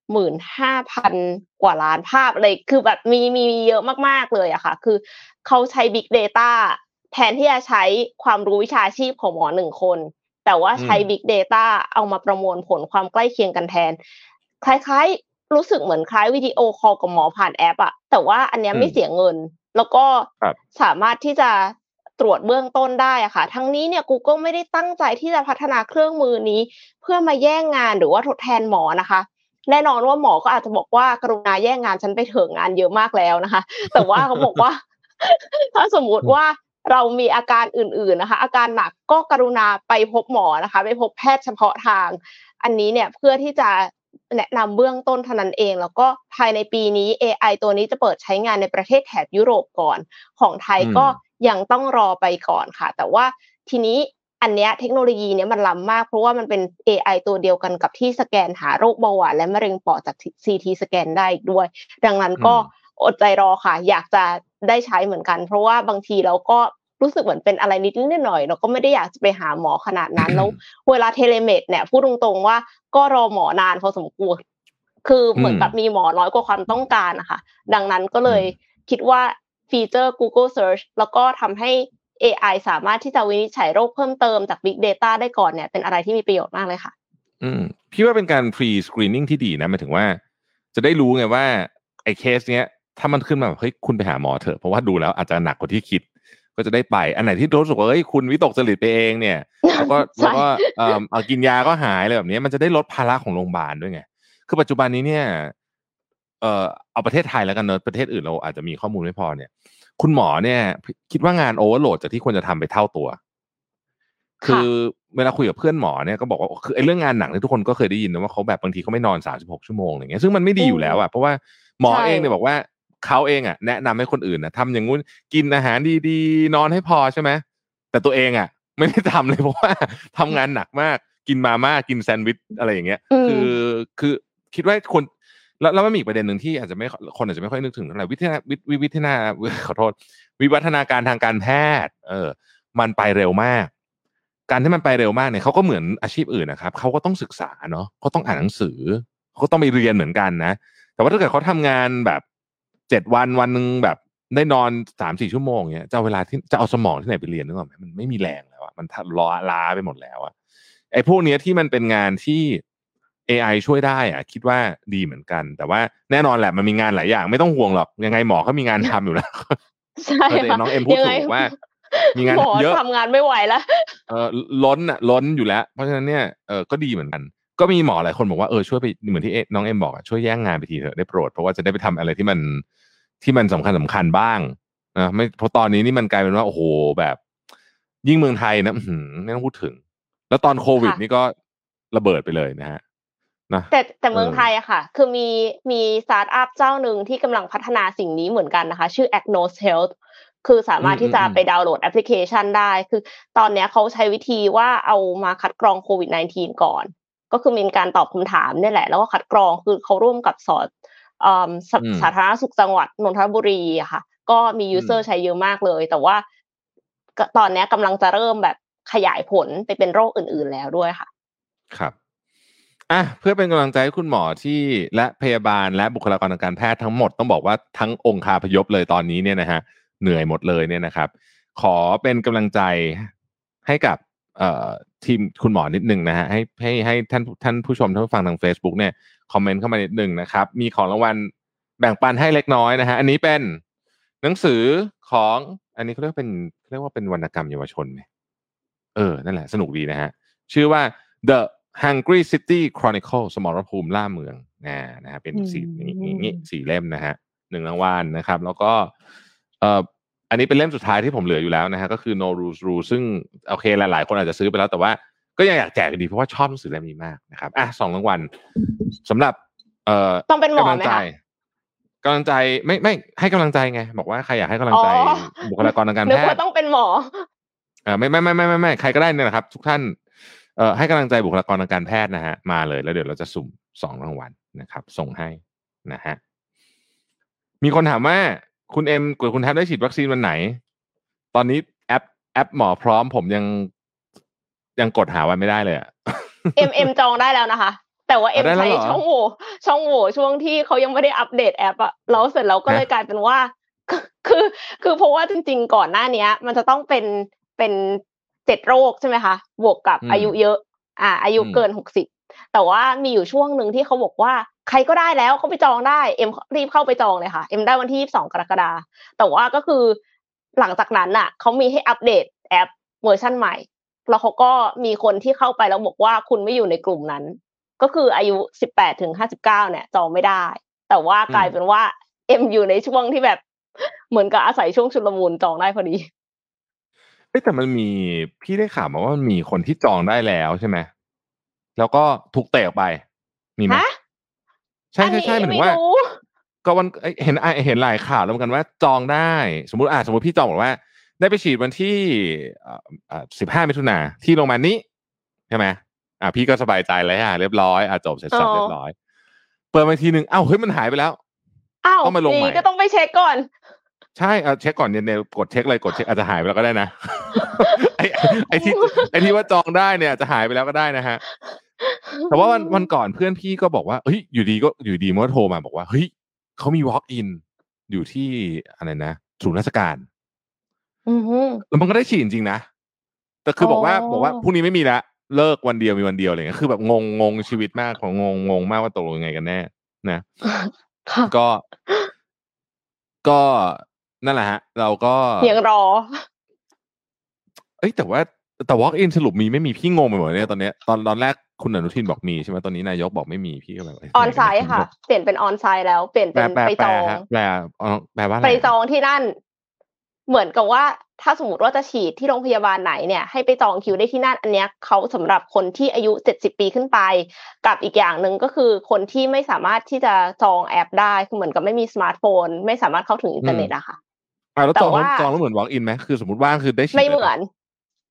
65,000 กว่าล้านภาพอะไรคือแบบมีเยอะมากๆเลยอะค่ะคือเขาใช้ Big Data แทนที่จะใช้ความรู้วิชาชีพของหมอ1คนแต่ว่าใช้ Big Data เอามาประมวลผลความใกล้เคียงกันแทนคล้ายๆรู้สึกเหมือนคล้ายวิดีโอคอลกับหมอผ่านแอปอะแต่ว่าอันนี้ไม่เสียเงินแล้วก็สามารถที่จะตรวจเบื้องต้นได้อะค่ะทั้งนี้เนี่ย Google ไม่ได้ตั้งใจที่จะพัฒนาเครื่องมือนี้เพื่อมาแย่งงานหรือว่าทดแทนหมอนะคะแน่นอนว่าหมอก็อาจจะบอกว่ากรุณาแย่งงานฉันไปเถอะงานเยอะมากแล้วนะคะแต่ว่าเขาบอกว่าถ้าสมมุติว่าเรามีอาการอื่นๆนะคะอาการหนักก็กรุณาไปพบหมอนะคะไปพบแพทย์เฉพาะทางอันนี้เนี่ยเพื่อที่จะแนะนำเบื้องต้นเท่านั้นเองแล้วก็ภายในปีนี้ AI ตัวนี้จะเปิดใช้งานในประเทศแถบยุโรปก่อนของไทยก็ยังต้องรอไปก่อนค่ะแต่ว่าทีนี้อันเนี้ยเทคโนโลยีเนี้ยมันล้ำมากเพราะว่ามันเป็น AI ตัวเดียวกันกับที่สแกนหาโรคเบาหวานและมะเร็งปอดจาก CT สแกนได้อีกด้วยดังนั้นก็อดใจรอค่ะอยากจะได้ใช้เหมือนกันเพราะว่าบางทีเราก็รู้สึกเหมือนเป็นอะไรนิดหน่อยเราก็ไม่ได้อยากจะไปหาหมอขนาดนั้นแล้วเวลาเทเลเมดเนี่ยพูดตรงๆว่าก็รอหมอนานพอสมควรคือเหมือนกับมีหมอน้อยกว่าความต้องการนะคะดังนั้นก็เลยคิดว่าฟีเจอร์ Google Search แล้วก็ทำให้ AI สามารถที่จะวินิจฉัยโรคเพิ่มเติมจาก Big Data ได้ก่อนเนี่ยเป็นอะไรที่มีประโยชน์มากเลยค่ะพี่ว่าเป็นการ pre-screening ที่ดีนะหมายถึงว่าจะได้รู้ไงว่าไอ้เคสเนี้ยถ้ามันขึ้นมาเฮ้ยคุณไปหาหมอเถอะเพราะว่าดูแล้วอาจจะหนักกว่าที่คิดก็จะได้ไปอันไหนที่รู้สึกว่าเฮ้ยคุณวิตกจริตไปเองเนี่ยแล้วก็เอากินยาก็หายอะไรแบบนี้มันจะได้ลดภาระของโรงพยาบาลด้วยไงคือปัจจุบันนี้เนี่ยเอาประเทศไทยแล้วกันเนอะประเทศอื่นเราอาจจะมีข้อมูลไม่พอเนี่ยคุณหมอเนี่ยคิดว่างานโอเวอร์โหลดจากที่ควรจะทำไปเท่าตัวคือเวลาคุยกับเพื่อนหมอเนี่ยก็บอกว่าคือไอ้เรื่องงานหนักที่ทุกคนก็เคยได้ยินนะว่าเขาแบบบางทีเขาไม่นอน36ชั่วโมงอะไรเงี้ยซึ่งมันไม่ดีอยู่แล้วอ่ะเพราะว่าหมอเองเนี่ยบอกว่าเขาเองอ่ะแนะนำให้คนอื่นนะทำอย่างงู้นกินอาหารดีๆนอนให้พอใช่ไหมแต่ตัวเองอ่ะไม่ได้ทำเลยเพราะว่าทำงานหนักมากกินมาม่ากินแซนด์วิชอะไรอย่างเงี้ยคือคิดว่าคนแล้วมันมีอีกประเด็นหนึ่งที่อาจจะไม่คนอาจจะไม่ค่อยนึกถึงเท่าไหร่วิวัฒนาการทางการแพทย์มันไปเร็วมากการที่มันไปเร็วมากเนี่ยเขาก็เหมือนอาชีพอื่นนะครับเขาก็ต้องศึกษาเนาะเขาต้องอ่านหนังสือเขาต้องไปเรียนเหมือนกันนะแต่ว่าถ้าเกิดเขาทำงานแบบ7 วันนึงแบบได้นอน 3-4 ชั่วโมงเงี้ยจะเอาเวลาที่จะเอาสมองที่ไหนไปเรียนนึกออกไหมมันไม่มีแรงแล้วอะมันล้าไปหมดแล้วอะไอ้พวกนี้ที่มันเป็นงานที่ AI ช่วยได้อะคิดว่าดีเหมือนกันแต่ว่าแน่นอนแหละมันมีงานหลายอย่างไม่ต้องห่วงหรอกยังไงหมอเขามีงานทำอยู่แล้วใช่ค่ะน้องเอ็มพูดถูกว่ามีงานเยอะทำงานไม่ไหวแล้วล้นอยู่แล้วเพราะฉะนั้นเนี่ยก็ดีเหมือนกันก็มีหมอหลายคนบอกว่าช่วยไปเหมือนที่น้องเอ็มบอกช่วยแย่งงานไปทีเถอะได้โปรดเพราะว่าจะได้ไปทำอะไรที่มันสำคัญบ้างนะไม่เพราะตอนนี้นี่มันกลายเป็นว่าโอ้โหแบบยิ่งเมืองไทยนะไม่ต้องพูดถึงแล้วตอนโควิดนี่ก็ระเบิดไปเลยนะฮะนะแต่เมืองไทยอะค่ะคือมีสตาร์ทอัพเจ้าหนึ่งที่กำลังพัฒนาสิ่งนี้เหมือนกันนะคะชื่อ Agnos Health คือสามารถที่จะไปดาวน์โหลดแอปพลิเคชันได้คือตอนนี้เขาใช้วิธีว่าเอามาคัดกรองโควิด -19 ก่อนก็คือมีการตอบคำถามนี่แหละแล้วก็คัดกรองคือเขาร่วมกับสาธารณสุขจังหวัดนนทบุรีอะค่ะก็มียูเซอร์ใช้เยอะมากเลยแต่ว่าตอนนี้กำลังจะเริ่มแบบขยายผลไปเป็นโรคอื่นๆแล้วด้วยค่ะครับเพื่อเป็นกำลังใจให้คุณหมอที่และพยาบาลและบุคลากรทางการแพทย์ทั้งหมดต้องบอกว่าทั้งองค์คาพยพเลยตอนนี้เนี่ยนะฮะเหนื่อยหมดเลยเนี่ยนะครับขอเป็นกำลังใจให้กับทีมคุณหมอนิดนึงนะฮะให้ท่านผู้ชมท่านผู้ฟังทาง Facebook เนี่ยคอมเมนต์เข้ามานิดนึงนะครับมีของรางวัลแบ่งปันให้เล็กน้อยนะฮะอันนี้เป็นหนังสือของอันนี้เขาเรียกว่าเป็นวรรณกรรมเยาวชนเนี่ยนั่นแหละสนุกดีนะฮะชื่อว่า The Hungry City Chronicle สมรภูมิล่าเมืองนะฮะเป็น4เล่มนะฮะ1รางวัลนะครับแล้วก็อันนี้เป็นเล่มสุดท้ายที่ผมเหลืออยู่แล้วนะฮะก็คือ No Rules Rule ซึ่งโอเคหลายๆคนอาจจะซื้อไปแล้วแต่ว่าก็ยังอยากแจกอยู่ดีเพราะว่าชอบหนังสือเล่มนี้มากนะครับ2รางวัลสำหรับต้องเป็นหมอไหมคะกำลังใจไม่ให้กำลังใจไงบอกว่าใครอยากให้กำลังใจบุคลากรทางการแพทย์นึกว่าต้องเป็นหมอไม่ใครก็ได้เนี่ยนะครับทุกท่านให้กำลังใจบุคลากรทางการแพทย์นะฮะมาเลยแล้วเดี๋ยวเราจะสุ่ม2รางวัลนะครับส่งให้นะฮะมีคนถามว่าคุณเอ็มกับคุณแทบได้ฉีดวัคซีนวันไหนตอนนี้แอปหมอพร้อมผมยังกดหาวันไม่ได้เลยอ่ะเอ็มจองได้แล้วนะคะแต่ว่าเอ็มใช้ช่องโหว่ช่วงที่เขายังไม่ได้อัปเดตแอปอะแล้วเสร็จแล้วก็เลยกลายเป็นว่าคือเพราะว่าจริงๆก่อนหน้านี้มันจะต้องเป็น7โรคใช่ไหมคะบวกกับอายุเยอะอายุเกิน60แต่ว่ามีอยู่ช่วงหนึ่งที่เขาบอกว่าใครก็ได้แล้วเขาไปจองได้เอ็มรีบเข้าไปจองเลยค่ะเอ็มได้วันที่22กรกฎาคมแต่ว่าก็คือหลังจากนั้นน่ะเขามีให้อัปเดตแอปเวอร์ชันใหม่แล้วเขาก็มีคนที่เข้าไปแล้วบอกว่าคุณไม่อยู่ในกลุ่มนั้นก็คืออายุ18 ถึง 59เนี่ยจองไม่ได้แต่ว่ากลายเป็นว่าเอ็มอยู่ในช่วงที่แบบเหมือนกับอาศัยช่วงชุลมุนจองได้พอดีแต่มันมีพี่ได้ข่าวมาว่ามันมีคนที่จองได้แล้วใช่ไหมแล้วก็ถูกเตะออกไปมีไหมใช่หมายถึงว่าก็วันเห็นหลายข่าวแล้วเหมือนกันว่าจองได้สมมติพี่จองบอกว่าได้ไปฉีดวันที่15 มิถุนายนที่โรงพยาบาลนี้ใช่ไหมพี่ก็สบายใจเลยเรียบร้อยจบเสร็จสับเรียบร้อยเปิดมาทีนึงเฮ้ยมันหายไปแล้วต้องมาลงใหม่ก็ต้องไปเช็คก่อนใช่เช็คก่อนเนี่ยกดเช็คเลยกดเช็คอาจจะหายไปแล้วก็ได้นะ ไอ้ที่ว่าจองได้เนี่ยจะหายไปแล้วก็ได้นะฮะแต่ว่าวันก่อนเพื่อนพี่ก็บอกว่าเฮ้ยอยู่ดีมันก็โทรมาบอกว่าเฮ้ยเขามี walk in อยู่ที่อะไรนะศูนย์ราชการแล้วมันก็ได้ฉีดจริงๆนะแต่คือบอกว่าพรุ่งนี้ไม่มีละเลิกวันเดียวมีวันเดียวอะไรเงี้ยคือแบบงงชีวิตมากของงงมากว่าตกลงยังไงกันแน่นะก็นั่นแหละฮะเราก็ยังรอแต่ว่าwalk in สรุปมีไม่มีพี่งงไปหมดเนี่ยตอนนี้ตอนแรกคุณอนุทินบอกมีใช่ไหมตอนนี้นายกบอกไม่มีพี่ก็แบบออนไซต์ค่ะเปลี่ยนเป็นออนไซต์แล้วเปลี่ยนเป็นไปจองแปลว่าอะไรไปจองที่นั่นเหมือนกับว่าถ้าสมมติว่าจะฉีดที่โรงพยาบาลไหนเนี่ยให้ไปจองคิวได้ที่นั่นอันเนี้ยเขาสำหรับคนที่อายุ70 ปีขึ้นไปกับอีกอย่างนึงก็คือคนที่ไม่สามารถที่จะจองแอปได้คือเหมือนกับไม่มีสมาร์ทโฟนไม่สามารถเข้าถึงอินเทอร์เน็ตอะค่ะแล้วจองแล้วเหมือน walk in ไหมคือสมมติว่างคือได้ฉีดไม่เหมือน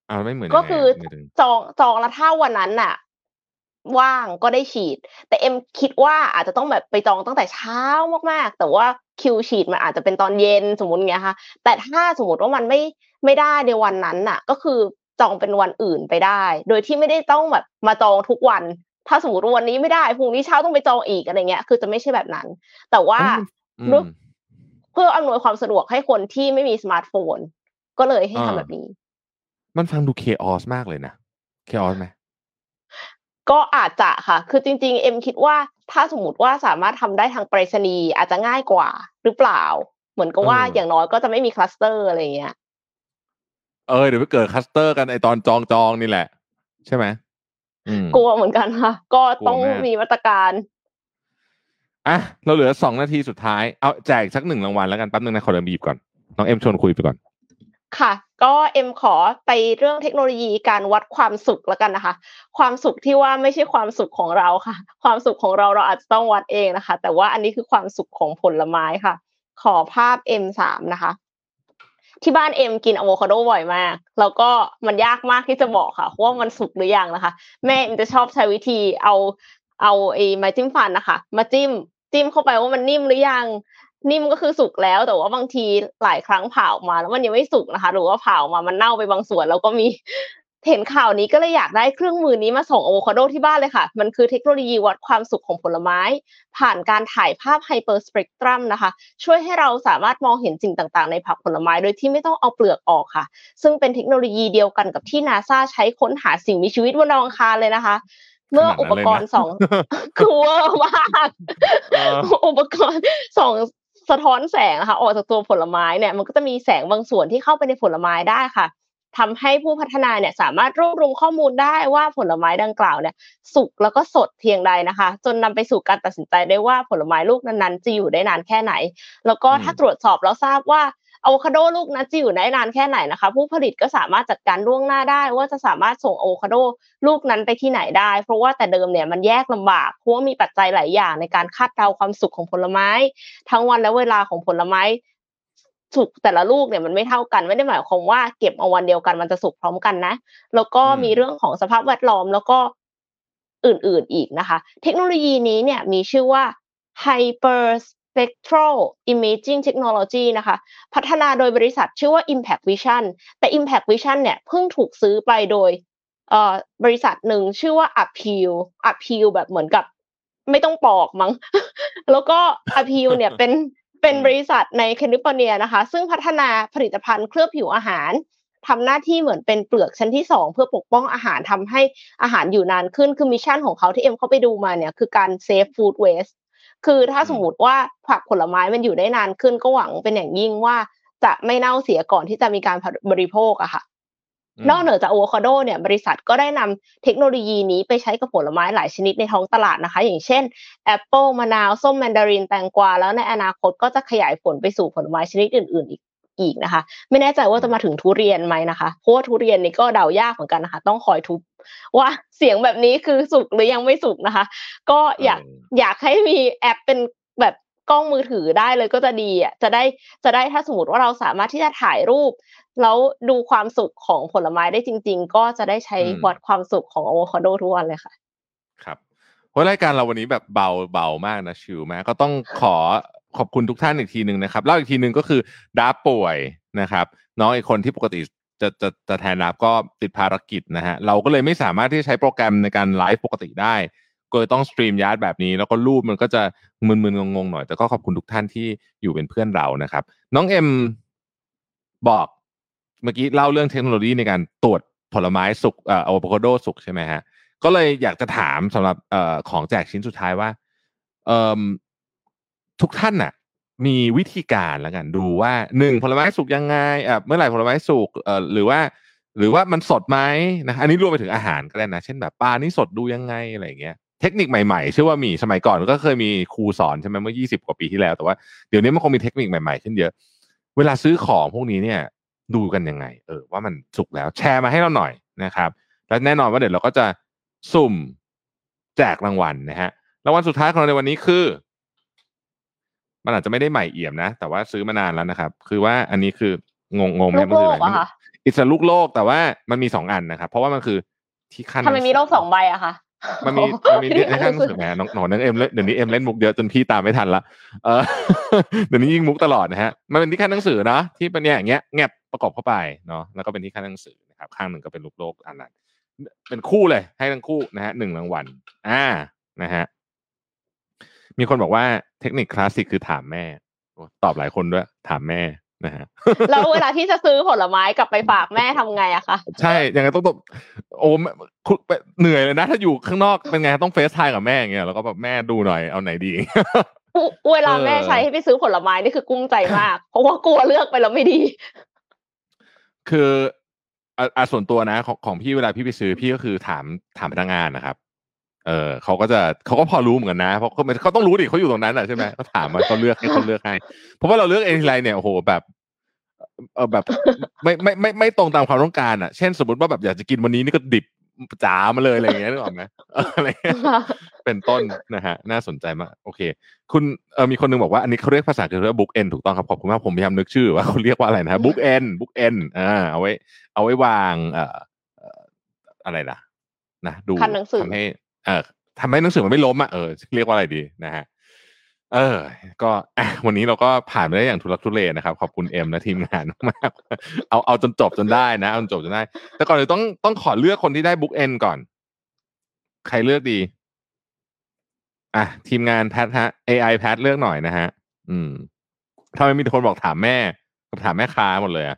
ไม่เหมือนก็คือจองแล้วถ้าวันนั้นน่ะว่างก็ได้ฉีดแต่เอ็มคิดว่าอาจจะต้องแบบไปจองตั้งแต่เช้ามากๆแต่ว่าคิวฉีดมันอาจจะเป็นตอนเย็นสมมุติเงี้ยค่ะแต่ถ้าสมมุติว่ามันไม่ได้ในวันนั้นน่ะก็คือจองเป็นวันอื่นไปได้โดยที่ไม่ได้ต้องแบบมาจองทุกวันถ้าสมมุติว่าวันนี้ไม่ได้พรุ่งนี้เช้าต้องไปจองอีกอะไรเงี้ยคือจะไม่ใช่แบบนั้นแต่ว่าเพื่ออำนวยความสะดวกให้คนที่ไม่มีสมาร์ทโฟนก็เลยให้ทำแบบนี้มันฟังดูเคออสมากเลยนะเคออสไหมก็อาจจะค่ะคือจริงๆเอ็มคิดว่าถ้าสมมุติว่าสามารถทำได้ทางไปรษณีย์อาจจะง่ายกว่าหรือเปล่าเหมือนกับว่าอย่างน้อยก็จะไม่มีคลัสเตอร์อะไรเงี้ยเดี๋ยวไปเกิดคลัสเตอร์กันไอตอนจองนี่แหละใช่ไหมกลัวเหมือนกันค่ะก็ต้องมีมาตรการเราเหลือ2 นาทีสุดท้ายเอาแจกสัก1 รางวัลแล้วกันแป๊บนึงนะขอเดินบีบก่อนน้องเอ็มชวนคุยไปก่อนค่ะก็เอ็มขอไปเรื่องเทคโนโลยีการวัดความสุขแล้วกันนะคะความสุขที่ว่าไม่ใช่ความสุขของเราค่ะความสุขของเราอาจจะต้องวัดเองนะคะแต่ว่าอันนี้คือความสุขของผลไม้ค่ะขอภาพ M3 นะคะที่บ้านเอ็มกินอะโวคาโดบ่อยมากแล้วก็มันยากมากที่จะบอกค่ะว่ามันสุกหรือยังนะคะแม่เอ็มจะชอบใช้วิธีเอาไอ้ไม้จิ้มฟันนะคะมาจิ้มเข้าไปว่ามันนิ่มหรือยังนิ่มก็คือสุกแล้วแต่ว่าบางทีหลายครั้งผ่าออกมาแล้วมันยังไม่สุกนะคะหรือว่าผ่าออกมามันเน่าไปบางส่วนแล้วก็มีเห็นข่าวนี้ก็เลยอยากได้เครื่องมือนี้มาส่งอะโวคาโดที่บ้านเลยค่ะมันคือเทคโนโลยีวัดความสุกของผลไม้ผ่านการถ่ายภาพไฮเปอร์สเปกตรัมนะคะช่วยให้เราสามารถมองเห็นสิ่งต่างๆในผักผลไม้โดยที่ไม่ต้องเอาเปลือกออกค่ะซึ่งเป็นเทคโนโลยีเดียวกันกับที่ NASA ใช้ค้นหาสิ่งมีชีวิตบนดาวอังคารเลยนะคะเมื่ออุปกรณ์คือเวอร์มากอุปกรณ์สะท้อนแสงนะคะออกจากตัวผลไม้เนี่ยมันก็จะมีแสงบางส่วนที่เข้าไปในผลไม้ได้ค่ะทำให้ผู้พัฒนาเนี่ยสามารถรวบรวมข้อมูลได้ว่าผลไม้ดังกล่าวเนี่ยสุกแล้วก็สดเพียงใดนะคะจนนำไปสู่การตัดสินใจได้ว่าผลไม้ลูกนั้นๆจะอยู่ได้นานแค่ไหนแล้วก็ถ้าตรวจสอบแล้วทราบว่าอะโวคาโดลูกนั้นจะอยู่ได้นานแค่ไหนนะคะผู้ผลิตก็สามารถจัดการล่วงหน้าได้ว่าจะสามารถส่งอะโวคาโดลูกนั้นไปที่ไหนได้เพราะว่าแต่เดิมเนี่ยมันแยกลำบากเพราะว่ามีปัจจัยหลายอย่างในการคาดเดาความสุกของผลไม้ทั้งวันและเวลาของผลไม้สุกแต่ละลูกเนี่ยมันไม่เท่ากันไม่ได้หมายความว่าเก็บเอาวันเดียวกันมันจะสุกพร้อมกันนะแล้วก็มีเรื่องของสภาพแวดล้อมแล้วก็อื่นๆอีกนะคะเทคโนโลยีนี้เนี่ยมีชื่อว่า Hyperspectral Imaging Technology นะคะพัฒนาโดยบริษัทชื่อว่า Impact Vision แต่ Impact Vision เนี่ยเพิ่งถูกซื้อไปโดยบริษัทหนึ่งชื่อว่า Appeal แบบเหมือนกับไม่ต้องปอกมั้ง แล้วก็ Appeal เนี่ยเป็นบริษัทในแคลิฟอร์เนียนะคะซึ่งพัฒนาผลิตภัณฑ์เคลือบผิวอาหารทำหน้าที่เหมือนเป็นเปลือกชั้นที่2เพื่อปกป้องอาหารทำให้อาหารอยู่นานขึ้นคือมิชชั่นของเขาที่เอ็มเข้าไปดูมาเนี่ยคือการเซฟฟู้ดเวสต์คือถ้าสมมุติว่าผักผลไม้มันอยู่ได้นานขึ้นก็หวังเป็นอย่างยิ่งว่าจะไม่เน่าเสียก่อนที่จะมีการบริโภคอะค่ะนอกเหนือจากอะโวคาโดเนี่ยบริษัทก็ได้นำเทคโนโลยีนี้ไปใช้กับผลไม้หลายชนิดในท้องตลาดนะคะอย่างเช่นแอปเปิลมะนาวส้มแมนดารินแตงกวาแล้วในอนาคตก็จะขยายผลไปสู่ผลไม้ชนิดอื่นๆอีกนะคะไม่แน่ใจว่าจะมาถึงทุเรียนไหมนะคะเพราะว่าทุเรียนนี่ก็เดายากเหมือนกันนะคะต้องคอยทุบว่าเสียงแบบนี้คือสุกหรือยังไม่สุกนะคะก็อยากให้มีแอปเป็นแบบกล้องมือถือได้เลยก็จะดีอ่ะจะได้ถ้าสมมติว่าเราสามารถที่จะถ่ายรูปแล้วดูความสุกของผลไม้ได้จริงๆก็จะได้ใช้วัดความสุกของอะโวคาโดทุกวันเลยค่ะครับเพราะรายการเราวันนี้แบบเบามากนะชิลมากก็ต้องขอบคุณทุกท่านอีกทีนึงนะครับเล่าอีกทีนึงก็คือดาบป่วยนะครับน้องอีกคนที่ปกติจะแทนดาบก็ติดภารกิจนะฮะเราก็เลยไม่สามารถที่จะใช้โปรแกรมในการไลฟ์ปกติได้ก็เลยต้องสตรีมยาร์ดแบบนี้แล้วก็รูปมันก็จะมึนๆงงๆหน่อยแต่ก็ขอบคุณทุกท่านที่อยู่เป็นเพื่อนเรานะครับน้องเอ็มบอกเมื่อกี้เล่าเรื่องเทคโนโลยีในการตรวจผลไม้สุกอะโวคาโดสุกใช่ไหมฮะก็เลยอยากจะถามสำหรับของแจกชิ้นสุดท้ายว่าทุกท่านน่ะมีวิธีการแล้วกันดูว่า1ผลไม้สุกยังไงเมื่อไหร่ผลไม้สุกหรือว่ามันสดไหมนะอันนี้รวมไปถึงอาหารก็ได้นะเช่นแบบปลานี่สดดูยังไงอะไรอย่างเงี้ยเทคนิคใหม่ๆเชื่อว่ามีสมัยก่อนก็เคยมีครูสอนใช่ไหมเมื่อ20 กว่าปีที่แล้วแต่ว่าเดี๋ยวนี้มันคงมีเทคนิคใหม่ๆขึ้นเยอะเวลาซื้อของพวกนี้เนี่ยดูกันยังไงว่ามันสุกแล้วแชร์มาให้เราหน่อยนะครับและแน่นอนว่าเดี๋ยวเราก็จะสุ่มแจกรางวัลนะฮะรางวัลสุดท้ายของเราในวันนี้คือมันอาจจะไม่ได้ใหม่เอี่ยมนะแต่ว่าซื้อมานานแล้วนะครับคือว่าอันนี้คืองงไหมลูกโลกอะค่ะ it's a ลูกโลกแต่ว่ามันมี2อันนะครับเพราะว่ามันคือที่ขั้นทำไมมีโลก2ใบอะคะมันมีในขั้นหนังสือแหมน้องนั้นเดี๋ยวนี้เล่นมุกเยอะจนพี่ตามไม่ทันละเดี๋ยวนี้ยิงมุกตลอดนะฮะมันเป็นที่ขั้นหนังสือเนาะที่เป็นอย่างเงี้ยแงบประกอบเข้าไปเนาะแล้วก็เป็นที่ขั้นหนังสือนะครับข้างหนึ่งก็เป็นลูกโลกอันนั้นเป็นคู่เลยให้ทั้งคู่นะฮะ1รางวัลนะฮะมีคนบอกว่าเทคนิคคลาสสิกคือถามแม่ตอบหลายคนด้วยถามแม่นะฮะแล้วเวลาที่จะซื้อผลไม้กลับไปฝากแม่ทำไงอะคะใช่ยังไงต้องโอ้เหนื่อยเลยนะถ้าอยู่ข้างนอกเป็นไงต้องเฟซไทม์กับแม่อย่างเงี้ยแล้วก็แบบแม่ดูหน่อยเอาไหนดีเวลาแม่ใช้ให้ไปซื้อผลไม้นี่คือกุ้มใจมากเพราะว่ากลัวเลือกไปแล้วไม่ดีคือส่วนตัวนะของพี่เวลาพี่ไปซื้อพี่ก็คือถามพนักงานนะครับเขาก็พอรู้เหมือนกันนะเพราะเขาต้องรู้ดิเขาอยู่ตรงนั้นอ่ะใช่ไหมเขาถามมาเขาเลือกให้เพราะว่าเราเลือกเองทีไรเนี่ยโอ้โหแบบแบบไม่ตรงตามความต้องการอ่ะเช่นสมมติว่าแบบอยากจะกินวันนี้นี่ก็ดิบจ๋ามาเลยอะไรอย่างเงี้ยนึกออกไหมอะไรเป็นต้นนะฮะน่าสนใจมากโอเคคุณมีคนนึงบอกว่าอันนี้เขาเรียกภาษาอังกฤษว่า book end ถูกต้องครับขอบคุณมากผมพยายามนึกชื่อว่าเขาเรียกว่าอะไรนะ book end เอาไว้วางอะไรนะดูทำให้หนังสือมันไม่ล้มอ่ะเรียกว่าอะไรดีนะฮะก็วันนี้เราก็ผ่านไปได้อย่างทุลักทุเลนะครับขอบคุณเอ็มและทีมงานมากเอาจนจบจนได้นะเอาจนจบจนได้แต่ก่อนเลยต้องขอเลือกคนที่ได้บุ๊กเอ็นก่อนใครเลือกดีทีมงานแพทฮะ AI แพทเลือกหน่อยนะฮะถ้าไม่มีคนบอกถามแม่กับถามแม่ค้าหมดเลย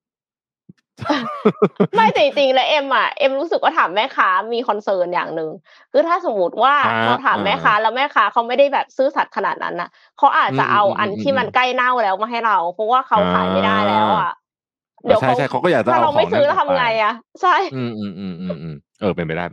ไม่จริงๆแล้วเอ็มรู้สึกว่าถามแม่ค้ามีคอนเซิร์นอย่างนึงคือถ้าสมมติว่าเราถามแม่ค้าแล้วแม่ค้าเขาไม่ได้แบบซื่อสัตย์ขนาดนั้นน่ะเขาอาจจะเอาอันที่มันใกล้เน่าแล้วมาให้เราเพราะว่าเขาขายไม่ได้แล้วอ่ะเดี๋ยวเขาก็อยากจะเอาของถ้าเราไม่ซื้อแล้วทำไงอ่ะใช่เป็นไปได้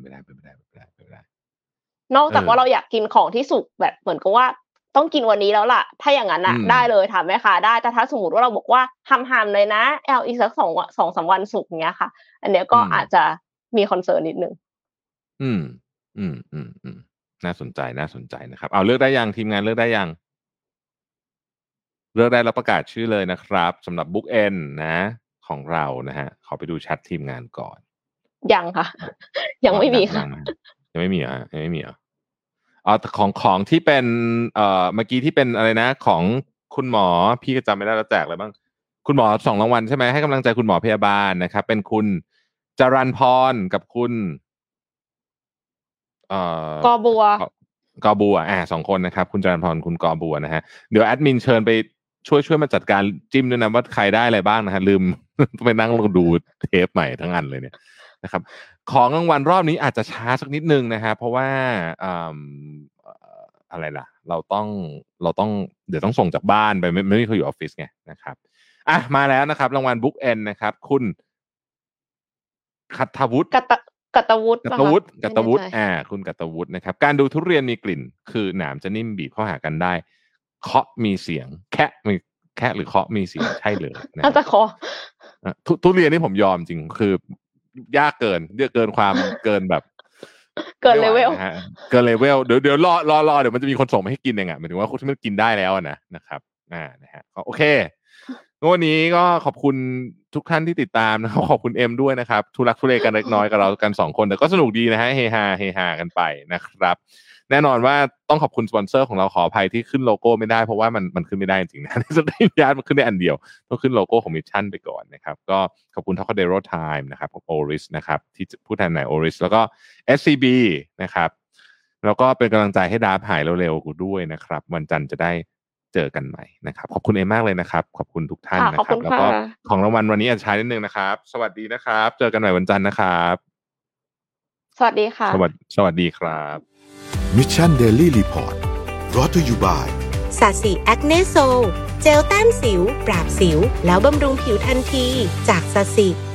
นอกจากว่าเราอยากกินของที่สุกแบบเหมือนกับว่าต้องกินวันนี้แล้วล่ะถ้าอย่างนั้นน่ะได้เลยถามแม่ค้าได้แต่ถ้าสมมติว่าเราบอกว่าห้ามเลยนะอีกสัก2-3 วันสุกเงี้ยค่ะอันเนี้ยก็อาจจะมีคอนเซิร์นนิดนึงน่าสนใจนะครับเอาเลือกได้ยังทีมงานเลือกได้ยังเลือกได้แล้วประกาศชื่อเลยนะครับสำหรับ Book N นะของเรานะฮะขอไปดูแชททีมงานก่อนยังค่ะยังไม่มีค่ะยังไม่มีอ่ะของที่เป็นเมื่อกี้ที่เป็นอะไรนะของคุณหมอพี่ก็จำไม่ได้แล้วแจกอะไรบ้างคุณหมอ2รางวัลใช่ไหมให้กำลังใจคุณหมอพยาบาลนะครับเป็นคุณจรัญพรกับคุณกอบัว 2คนนะครับคุณจรัญพรคุณกอบัวนะฮะเดี๋ยวแอดมินเชิญไปช่วยมาจัดการจิ้มด้วยนะว่าใครได้อะไรบ้างนะฮะลืมต้องไปนั่งดูเทปใหม่ทั้งอันเลยเนี่ยนะครับของรางวัลรอบนี้อาจจะช้าสักนิดนึงนะฮะเพราะว่าอะไรล่ะเราต้องเดี๋ยวต้องส่งจากบ้านไปไม่มีเขาอยู่ออฟฟิศไงนะครับมาแล้วนะครับรางวัล Book N นะครับคุณกัตตวุฒิคุณกัตตวุฒินะครับการดูทุเรียนมีกลิ่นคือหนามจะนิ่มบีบเข้าหากันได้เคาะมีเสียงแค่หรือเคาะมีเสียงใช่เลยน่าจะเคาะทุเรียนนี่ผมยอมจริงคือยากเกินความเกินแบบเกินเลเวลเดี๋ยวรอเดี๋ยวมันจะมีคนส่งมาให้กินเองหมายถึงว่าคนที่มันกินได้แล้วนะครับนะฮะโอเควันนี้ก็ขอบคุณทุกท่านที่ติดตามนะครับขอบคุณเอ็มด้วยนะครับทุลักทุเลกันเล็กน้อยกับเรากัน2คนแต่ก็สนุกดีนะฮะเฮฮากันไปนะครับแน่นอนว่าต้องขอบคุณสปอนเซอร์ของเราขออภัยที่ขึ้นโลโก้ไม่ได้เพราะว่ามันขึ้นไม่ได้จริงๆนะสตรีมยาร์ดมันขึ้นได้อันเดียวต้องขึ้นโลโก้ของมิชชั่นไปก่อนนะครับก็ขอบคุณท็อกเดโรไทม์นะครับของ Oris นะครับที่ผู้แทนใน Oris แล้วก็ SCB นะครับแล้วก็เป็นกำลังใจให้ดาบหายเร็วๆกูด้วยนะครับวันจันทร์จะได้เจอกันใหม่นะครับขอบคุณเอมากเลยนะครับขอบคุณทุกท่านนะครับแล้วก็ของรางวัลวันนี้อาจจะใช้นิดนึงนะครับสวัสดีนะครับเจอกันใหม่วันจันทร์นะครับสวัสดีค่ะสวัสดีครับ Mission Daily Report brought to you by สาสีแอคเนโซเจลแต้มสิวปราบสิวแล้วบำรุงผิวทันทีจากสาสี